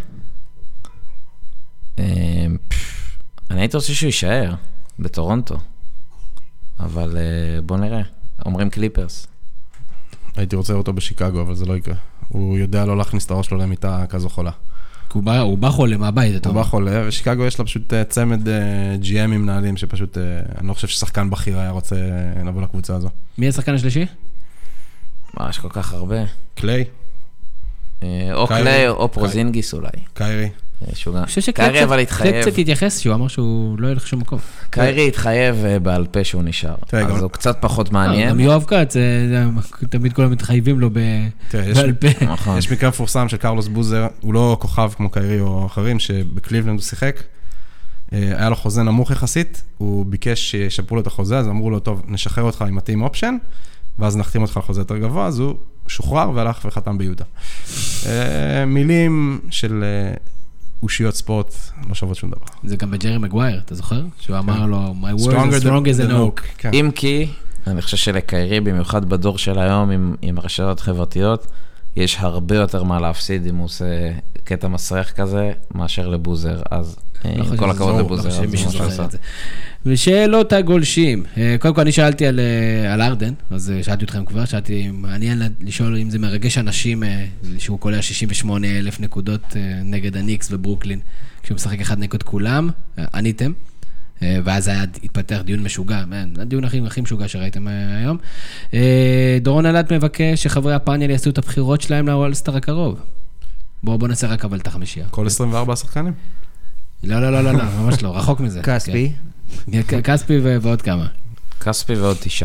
אני הייתי רוצה שהוא יישאר בטורונטו, אבל בוא נראה. אומרים קליפרס. הייתי רוצה אותו בשיקגו, אבל זה לא יקרה. הוא יודע לא להכניס את הראש שלו למיטה כזו חולה. הוא בא חולה מהבית. הוא בא חולה, ושיקגו יש לה פשוט צמד GM עם מנהלים, שפשוט, אני לא חושב ששחקן בכיר היה רוצה לבוא לקבוצה הזו. מי השחקן השלישי? מה, יש כל כך הרבה. קליי? או קליי או פרוזינגיס אולי. קיירי. אני חושב שקיירי קצת התייחס שהוא אמר שהוא לא ילך שום מקום. קיירי התחייב בעל פה שהוא נשאר, אז הוא קצת פחות מעניין. גם יואב כץ, תמיד כולם מתחייבים לו בעל פה. יש מקרה מפורסם של קרלוס בוזר, הוא לא כוכב כמו קיירי או אחרים, שבקליבלנד הוא שיחק, היה לו חוזה נמוך יחסית, הוא ביקש שישפרו לו את החוזה, אז אמרו לו, טוב, נשחרר אותך עם מתאים אופשן, ואז נחתים אותך על חוזה יותר גבוה, אז הוא שוחרר והלך וחתם ביהודה. מילים של אושיות ספורט לא שוות שום דבר. זה גם בג'רי מגווייר, אתה זוכר? שהוא אמר לו, my words are strong as an oak. אם כי, אני חושב שלקיירי, במיוחד בדור של היום, עם הרשתות חברתיות, יש הרבה יותר מה להפסיד אם הוא עושה קטע מסריח כזה, מאשר לבוזר, אז כל הכבוד לבוזר. ושאלות הגולשים, קודם כל אני שאלתי על ארדן, אז שאלתי אתכם כבר, שאלתי, מעניין לשאול אם זה מרגש אנשים שהוא קולע 68,000 נקודות נגד הניקס וברוקלין, כשהוא משחק אחד נגד כולם, עניתם, ואז היה התפתח דיון משוגע, הדיון הכי משוגע שראיתם היום. דורון אלעד מבקש שחברי הפאנל יעשו את הבחירות שלהם לאולסטאר הקרוב. בואו נעשה רק אבל את החמישייה. כל 24 שחקנים? לא, ממש לא, רחוק מזה. כספי. כספי ועוד כמה. כספי ועוד 9.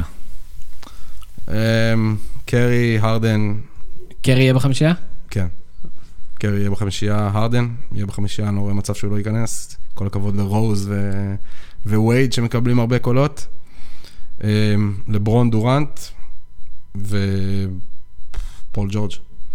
קרי, הרדן. קרי יהיה בחמישייה? כן. קרי יהיה בחמישייה, הרדן יהיה בחמישייה, אני רואה מצב שהוא לא ייכנס. כל הכבוד לרוז ווייד שמקבלים הרבה קולות. לברון דורנט ופול ג'ורג'.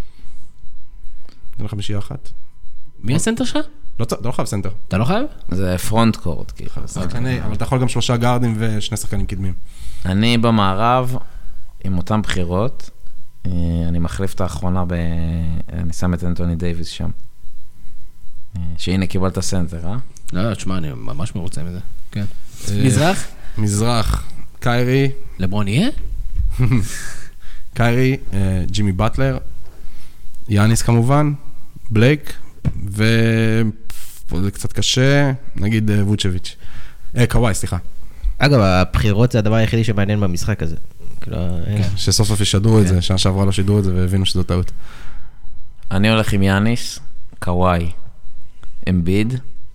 זה לחמישייה אחת. מי הסנטר שלך? לא חייב סנטר. אתה לא חייב? זה פרונט קורט, כאילו. אבל אתה יכול גם 3 גארדים ושני שחקנים קדמים. אני במערב, עם אותם בחירות, אני מחליף את האחרונה, אני שם את אנטוני דייביס שם. שהנה קיבלת סנטר, אה? לא, תשמע, אני ממש מרוצה מזה. כן. מזרח? מזרח, קיירי. לברון יהיה? קיירי, ג'ימי באטלר, יאניס כמובן, בלייק, וזה קצת קשה, נגיד ווצ'ביץ'. קוואי, סליחה. אגב, הבחירות זה הדבר היחידי שמעניין במשחק הזה. שסוף סוף ישדרו את זה, שנה שעברה לא שידרו את זה, והבינו שזו טעות. אני הולך עם יאניס, קוואי, אמביד,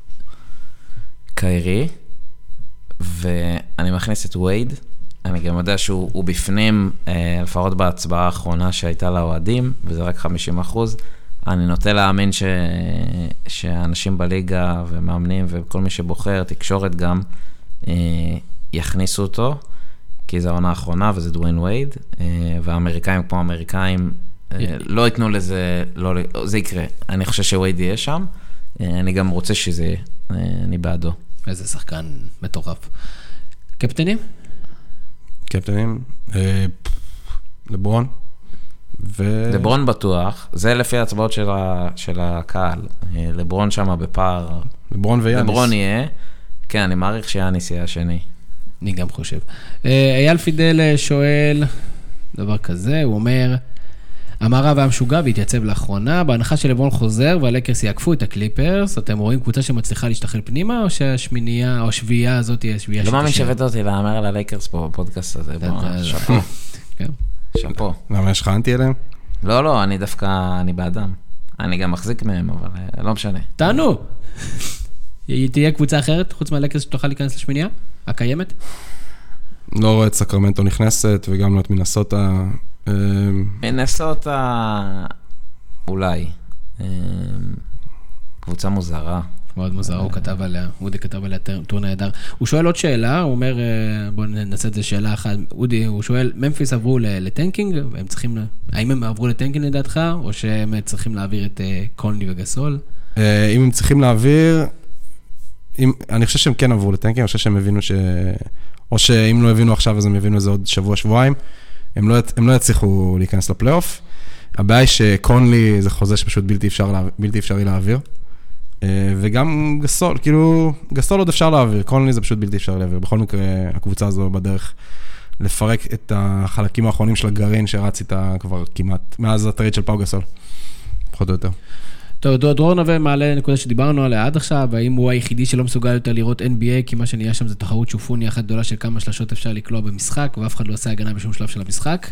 קיירי, ואני מכניס את וייד. אני גם יודע שהוא בפנים, לפחות בהצבעה האחרונה שהייתה לאוהדים, וזה רק 50%. אני נוטה להאמין שאנשים בליגה ומאמנים וכל מי שבוחר, תקשורת גם, יכניסו אותו, כי זו העונה האחרונה וזה דוויין וייד, והאמריקאים כמו האמריקאים לא ייתנו לזה, זה יקרה. אני חושב שווייד יהיה שם, אני גם רוצה שזה, אני בעדו. איזה שחקן מטורף. קפטנים? קפטנים, לברון. לברון בטוח, זה לפי ההצבעות של הקהל. לברון שם בפער. לברון ויאניס. לברון יהיה. כן, אני מעריך שיאניס יהיה השני. אני גם חושב. אייל פידל שואל דבר כזה, הוא אומר, המערב היה משוגע והתייצב לאחרונה, בהנחה שלברון חוזר והלקרס יעקפו את הקליפרס, אתם רואים קבוצה שמצליחה להשתחרר פנימה, או שהשמינייה, או השביעייה הזאת תהיה שביעייה שתשאר? לא מאמין שהבאת אותי לאמר על הלקרס פה בפודקאסט הזה, שפו. שפו. למה יש לך אנטי אליהם? לא, אני דווקא, אני באדם. אני גם מחזיק מהם, אבל לא משנה. תענו! תהיה קבוצה אחרת, חוץ מהלקרס שתוכל להיכנס לשמינייה? הקיימת? לא רואה את סקרמנטו נכנסת, וגם לא את מינסוטה. מינסוטה, אולי. קבוצה מוזרה. מאוד מוזרה, הוא כתב עליה, אודי כתב עליה טור נהדר. הוא שואל עוד שאלה, הוא אומר, בואו ננסה את זה שאלה אחת. אודי, הוא שואל, ממפיס עברו לטנקינג, האם הם עברו לטנקינג לדעתך, או שהם צריכים להעביר את קולני וגסול? אם הם צריכים להעביר, אני חושב שהם כן עברו לטנקינג, אני חושב שהם הבינו או שאם לא הבינו עכשיו, אז הם הבינו את זה עוד שבוע, שבועיים, הם לא יצליחו להיכנס לפלייאוף. הבעיה היא שקונלי זה חוזה שפשוט בלתי אפשרי להעביר. וגם גסול, כאילו, גסול עוד אפשר להעביר, קונלי זה פשוט בלתי אפשר להעביר. בכל מקרה, הקבוצה הזו בדרך לפרק את החלקים האחרונים של הגרעין שרץ איתה כבר כמעט, מאז הטרייד של פאו גסול. פחות או יותר. טוב, דרור נווה מעלה נקודה שדיברנו עליה עד עכשיו, האם הוא היחידי שלא מסוגל יותר לראות NBA, כי מה שנהיה שם זה תחרות שופוני אחת גדולה של כמה שלשות אפשר לקלוע במשחק, ואף אחד לא עושה הגנה בשום שלב של המשחק.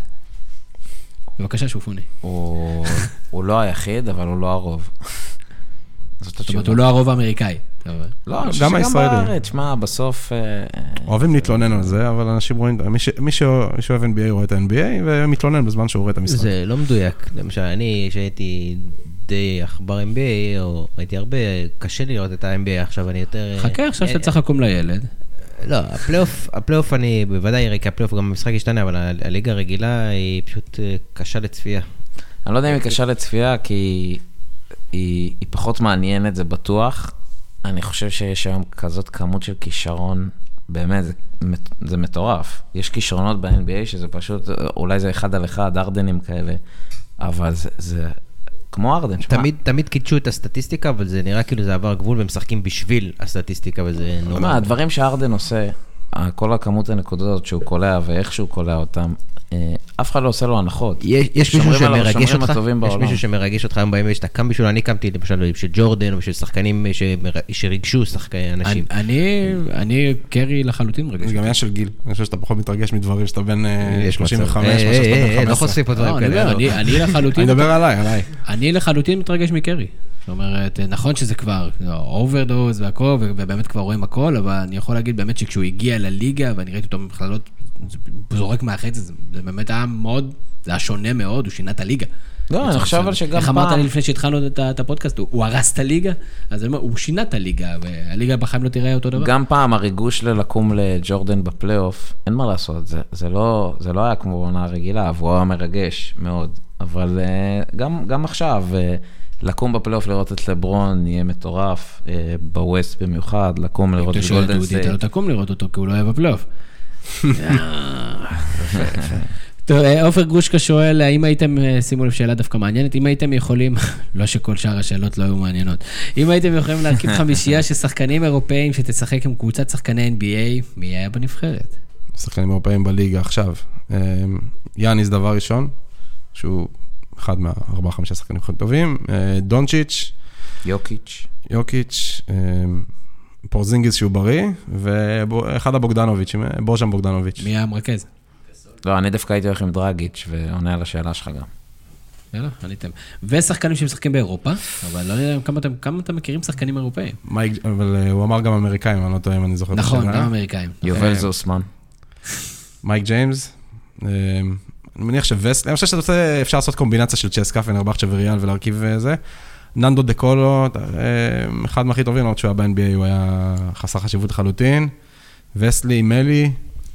בבקשה, שופוני. הוא לא היחיד, אבל הוא לא הרוב. זאת זאת אומרת, התשובה. הוא לא הרוב האמריקאי. לא, אני חושב גם שגם הישראלים. בארץ, שמע, בסוף... אוהבים להתלונן על זה, אבל אנשים רואים, מי שאוהב NBA רואה את ה-NBA, ומתלונן בזמן שהוא רואה את המשחק. זה לא מדויק. למשל, אני, שהייתי די עכבר NBA, או הייתי הרבה, קשה לי לראות את ה-NBA, עכשיו אני יותר... חכה, עכשיו שאתה צריך לקום לילד. לא, הפלייאוף אני בוודאי אראה, כי הפלייאוף גם המשחק ישתנה, אבל הליגה הרגילה היא פשוט קשה לצפייה. אני לא יודע אם היא קשה לצפייה, כי היא פחות מעניינת, זה בטוח. אני חושב שיש היום כזאת כמות של כישרון, באמת, זה מטורף. יש כישרונות ב-NBA שזה פשוט, אולי זה 1 על 1, ארדנים כאלה, אבל זה כמו ארדן, שמה. תמיד קידשו את הסטטיסטיקה, אבל זה נראה כאילו זה עבר גבול, והם משחקים בשביל הסטטיסטיקה, וזה נורא. הדברים שארדן עושה, כל הכמות הנקודות שהוא קולע ואיך שהוא קולע אותם, אף אחד לא עושה לו הנחות. יש מישהו שמרגש אותך, יש בעולם. מישהו שמרגש אותך היום בימים, שאתה קם בשביל, אני קמתי למשל בשביל ג'ורדן, או בשביל שחקנים שריגשו אנשים. אני קרי לחלוטין מרגש. זה גם היה של גיל. אני חושב שאתה פחות מתרגש מדברים שאתה בין 35, לא חושף פה דברים כאלה. אני לחלוטין... אני מדבר עליי. אני לחלוטין מתרגש מקרי. זאת אומרת, נכון שזה כבר אוברדוז והכל, ובאמת כבר רואים הכל, אבל אני יכול להגיד באמת שכשהוא הגיע לליגה, ואני ראיתי אותו במכללות, זורק מהחץ, זה באמת היה מאוד, זה היה שונה מאוד, הוא שינה את הליגה. לא, אני חושב אבל שגם איך אמרת לי לפני שהתחלנו את הפודקאסט, הוא הרס את הליגה, אז הוא שינה את הליגה, והליגה בחיים לא תראה אותו דבר. גם פעם הריגוש ללקום לג'ורדן בפלייאוף, אין מה לעשות, זה לא היה כמו עונה רגילה, והוא היה מרגש מאוד, אבל גם עכשיו, לקום בפלייאוף לראות את לברון יהיה מטורף, בווסט במיוחד, לקום לראות את גולדן סטייט. אתה לא תקום לראות אותו, כי הוא לא היה בפלייאוף. טוב, עופר גרושקה שואל, האם הייתם, שימו לב שאלה דווקא מעניינת, אם הייתם יכולים, לא שכל שאר השאלות לא היו מעניינות, אם הייתם יכולים להרכיב 5 של שחקנים אירופאים שתשחק עם קבוצת שחקני NBA, מי היה בנבחרת? שחקנים אירופאים בליגה עכשיו. יאניס דבר ראשון, שהוא אחד מה4-5 שחקנים הכי טובים, דונצ'יץ', יוקיץ', פורזינגיס שהוא בריא, ואחד הבוגדנוביץ', בוז'ן בוגדנוביץ'. מי היה המרכז? לא, אני דווקא הייתי הולך עם דרגיץ' ועונה על השאלה שלך גם. יאללה, עניתם. ושחקנים שמשחקים באירופה, אבל לא יודע כמה אתם מכירים שחקנים אירופאים. אבל הוא אמר גם אמריקאים, אני לא טועה אם אני זוכר. נכון, גם אמריקאים. יובל זוסמן. מייק ג'יימס. אני מניח שווסלי, אני חושב שאפשר לעשות קומבינציה של צ'סקה ונרבחצ'ה וריאל ולהרכיב זה. ננדו דקולו, אחד מהכי טובים, למרות שהוא היה ב-NBA, הוא היה חסר חשיבות לחלוטין. וסלי, מלי,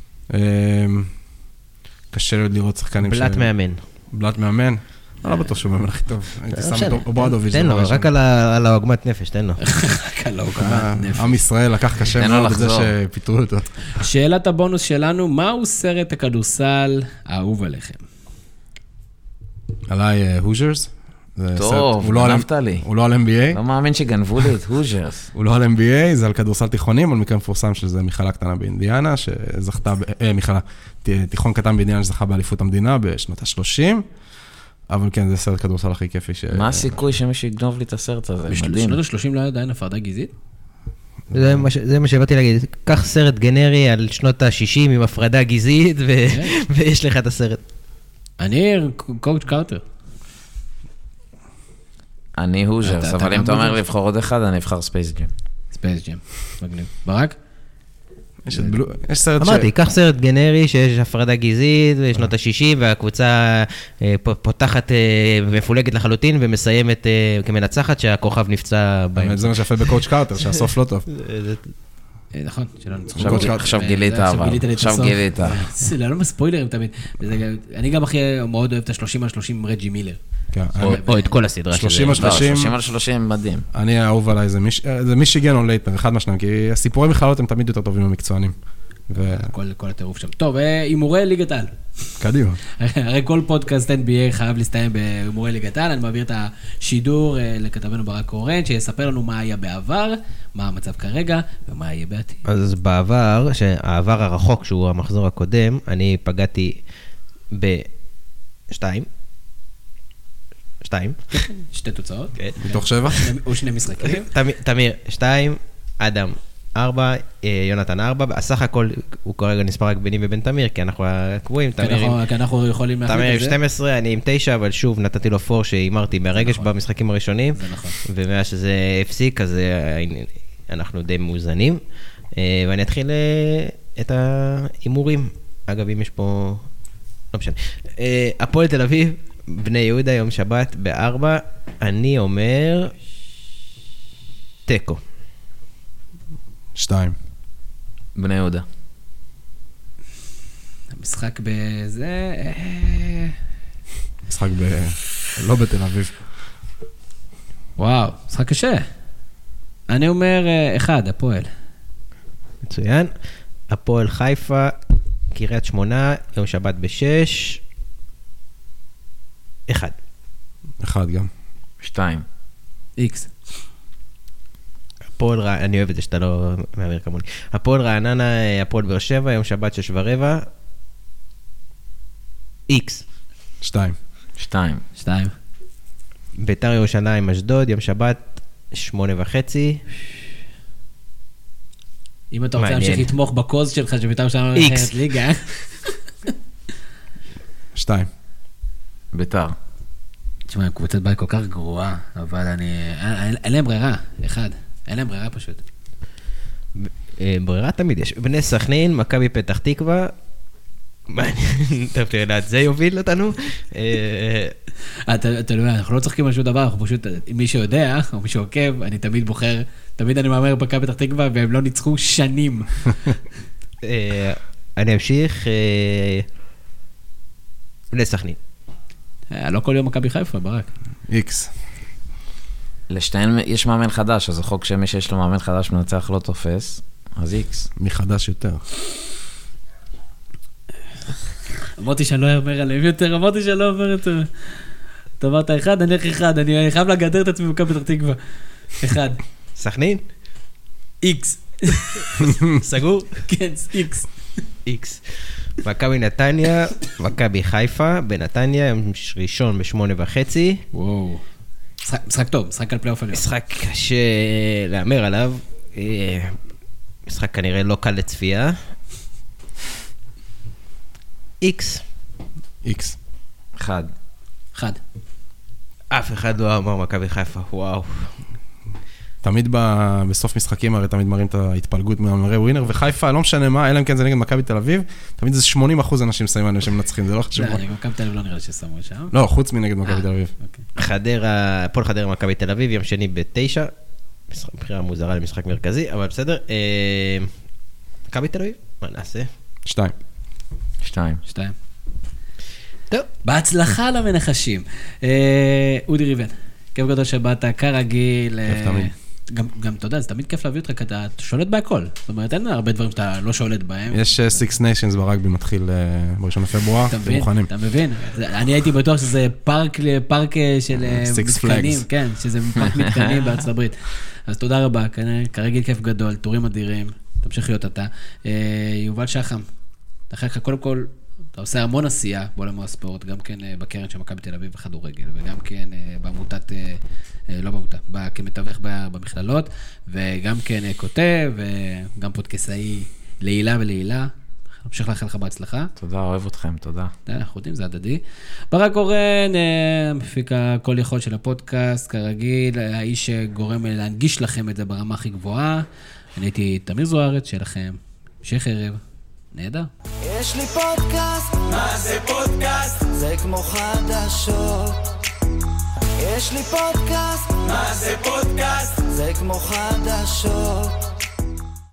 קשה לראות שחקנים בלט מאמן. בלט מאמן? לא בטוח שהוא מאמן הכי טוב. הייתי שם את אוברדוביץ'. תן לו, רק על העוגמת נפש, תן לו. רק על העוגמת נפש. עם ישראל לקח קשה מאוד את זה שפיתרו אותו. שאלת הבונוס שלנו, מהו סרט הכדורסל האהוב עליכם? עליי הוז'רס. טוב, גנבת לי. הוא לא על NBA. לא מאמין שגנבו לי את הוז'רס. הוא לא על NBA, זה על כדורסל תיכונים, על מקרה מפורסם שזה מכללה קטנה באינדיאנה, שזכתה, תיכון קטן באינדיאנה שזכה באליפות המדינה בשנות ה-30, אבל כן, זה סרט כדורסל הכי כיפי. מה הסיכוי שמישהו יגנוב לי את הסרט הזה? בשנות ה-30 לא היה עדיין הפרדה גזעית? זה מה שבאתי להגיד, קח סרט גנרי על שנות ה-60 עם הפרדה גזעית, ויש לך את הסרט. אני קואוצ' קארטר. אני הוז'רס, אבל אם אתה אומר לבחור עוד אחד, אני אבחר ספייס ג'ם. ספייס ג'ם, מגניב. ברק? יש סרט אמרתי, קח סרט גנרי שיש הפרדה גזעית בשנות ה-60, והקבוצה פותחת ומפולגת לחלוטין, ומסיימת כמנצחת שהכוכב נפצע בהם. זה מה שיפה בקואוצ' קארטר, שהסוף לא טוב. נכון, שלא נצחו. עכשיו גילית, אבל. עכשיו גילית. זה לא מספוילרים תמיד. אני גם הכי מאוד אוהב את ה-30/30 עם רג'י מילר. או את כל הסדרה. 30/30 מדהים. אני האהוב עליי, זה מישיגן או לייטר, אחד מהשניים, כי הסיפורי מכללות הם תמיד יותר טובים ממקצוענים. כל הטירוף שם. טוב, הימורי ליגת העל. קדימה. הרי כל פודקאסט NBA חייב להסתיים בהימורי ליגת העל, אני מעביר את השידור לכתבנו ברק קורן, שיספר לנו מה היה בעבר, מה המצב כרגע, ומה יהיה בעתיד. אז בעבר, שהעבר הרחוק, שהוא המחזור הקודם, אני פגעתי ב-2. שתי תוצאות. מתוך 7? או 2 משחקים. תמיר, 2, אדם, 4, יונתן 4, הסך הכל הוא כרגע נספר רק ביני ובן תמיר, כי אנחנו הקבועים, כי אנחנו יכולים להחליט תמיר את עם זה. 12, אני עם 9, אבל שוב נתתי לו פור שהימרתי מהרגש במשחקים הראשונים, זה נכון. ומאז שזה הפסיק, אז אנחנו די מאוזנים, ואני אתחיל את האימורים. אגב, אם יש פה... לא משנה. הפועל תל אביב, בני יהודה, יום שבת, ב4, אני אומר... תיקו. 2. בני יהודה. המשחק בזה... משחק לא בתל אביב. וואו, משחק קשה. אני אומר 1, הפועל. מצוין. הפועל חיפה, קריית שמונה, יום שבת ב6. 1. 1 גם. 2. איקס. הפועל, אני אוהב את זה שאתה לא מעביר כמוני. הפועל רעננה, הפועל באר שבע, יום שבת 6:15. איקס. 2. 2. 2. ביתר ירושלים, אשדוד, יום שבת 8:30. אם אתה רוצה מעניין. להמשיך לתמוך בקוז שלך, שביתר שלנו הולכת ליגה. 2. ביתר. תשמע, קבוצת בית כל כך גרועה, אבל אין להם ברירה, 1. אין להם ברירה פשוט. ברירה תמיד יש. בני סכנין, מכבי פתח תקווה. מעניין, טוב, תראה, זה יוביל אותנו. אתה יודע, אנחנו לא צוחקים על שום דבר, אנחנו פשוט, מי שיודע, או מי שעוקב, אני תמיד בוחר, תמיד אני מאמר מכבי פתח תקווה, והם לא ניצחו שנים. אני אמשיך. בני סכנין. לא כל יום מכבי חיפה, ברק. איקס. לשתיהן יש מאמן חדש, אז החוק שמי שיש לו מאמן חדש מנצח לא תופס, אז איקס. מחדש יותר. אמרתי שאני לא אומר עליהם יותר, אמרתי שאני לא אומר יותר. אתה אמרת 1, אני הולך 1, אני חייב לגדר את עצמי מכבי פתח תקווה. 1. סכנין? איקס. סגור? כן, איקס. איקס. מכבי נתניה, מכבי חיפה, בנתניה, יום ראשון ב8:30. וואו. משחק טוב, משחק על פלייאוף עליון. משחק קשה לאמר עליו. משחק כנראה לא קל לצפייה. איקס. איקס. 1. 1. אף אחד לא אמר מכבי חיפה, וואו. תמיד בסוף משחקים הרי תמיד מראים את ההתפלגות מהמרי ווינר, וחיפה, לא משנה מה, אלא אם כן זה נגד מכבי תל אביב, תמיד זה 80% אנשים שמים עליהם שמנצחים, זה לא חשוב. לא, מכבי תל אביב לא נראה לי ששמו שם. לא, חוץ מנגד מכבי תל אביב. חדרה, הפועל חדרה מכבי תל אביב, יום שני ב9. בחירה מוזרה למשחק מרכזי, אבל בסדר. מכבי תל אביב, מה נעשה? 2. 2. טוב. בהצלחה למנחשים. אודי ריבן, כיף גדול שבאת, כרגיל. כיף תמיד. גם, אתה יודע, זה תמיד כיף להביא אותך, כי אתה שולט בהכל. זאת אומרת, אין הרבה דברים שאתה לא שולט בהם. יש Six Nations ברגבי מתחיל ב1 לפברואר, אתם מוכנים. אתה מבין? אני הייתי בטוח שזה פארק של מתקנים, כן, שזה פארק מתקנים בארצות הברית. אז תודה רבה, כרגיל כיף גדול, תורים אדירים, תמשיך להיות אתה. יובל שחם, אחר כך קודם כל, אתה עושה המון עשייה בעולם הספורט, גם כן בקרן של מכבי תל אביב וכדורגל, וגם כן בעמותת, לא בעמותה, כמתווך במכללות, וגם כן כותב, וגם פודקאסאי לעילה ולעילה. נמשיך לאחל לך בהצלחה. תודה, אוהב אתכם, תודה. אנחנו יודעים, זה הדדי. ברק קורן, מפיק הכל יכול של הפודקאסט, כרגיל, האיש שגורם להנגיש לכם את זה ברמה הכי גבוהה. אני הייתי תמיר זוארץ, שיהיה לכם המשך ערב. נהדר. יש לי פודקאסט, מה זה פודקאסט? זה כמו חדשות. יש לי פודקאסט, מה זה פודקאסט? זה כמו חדשות.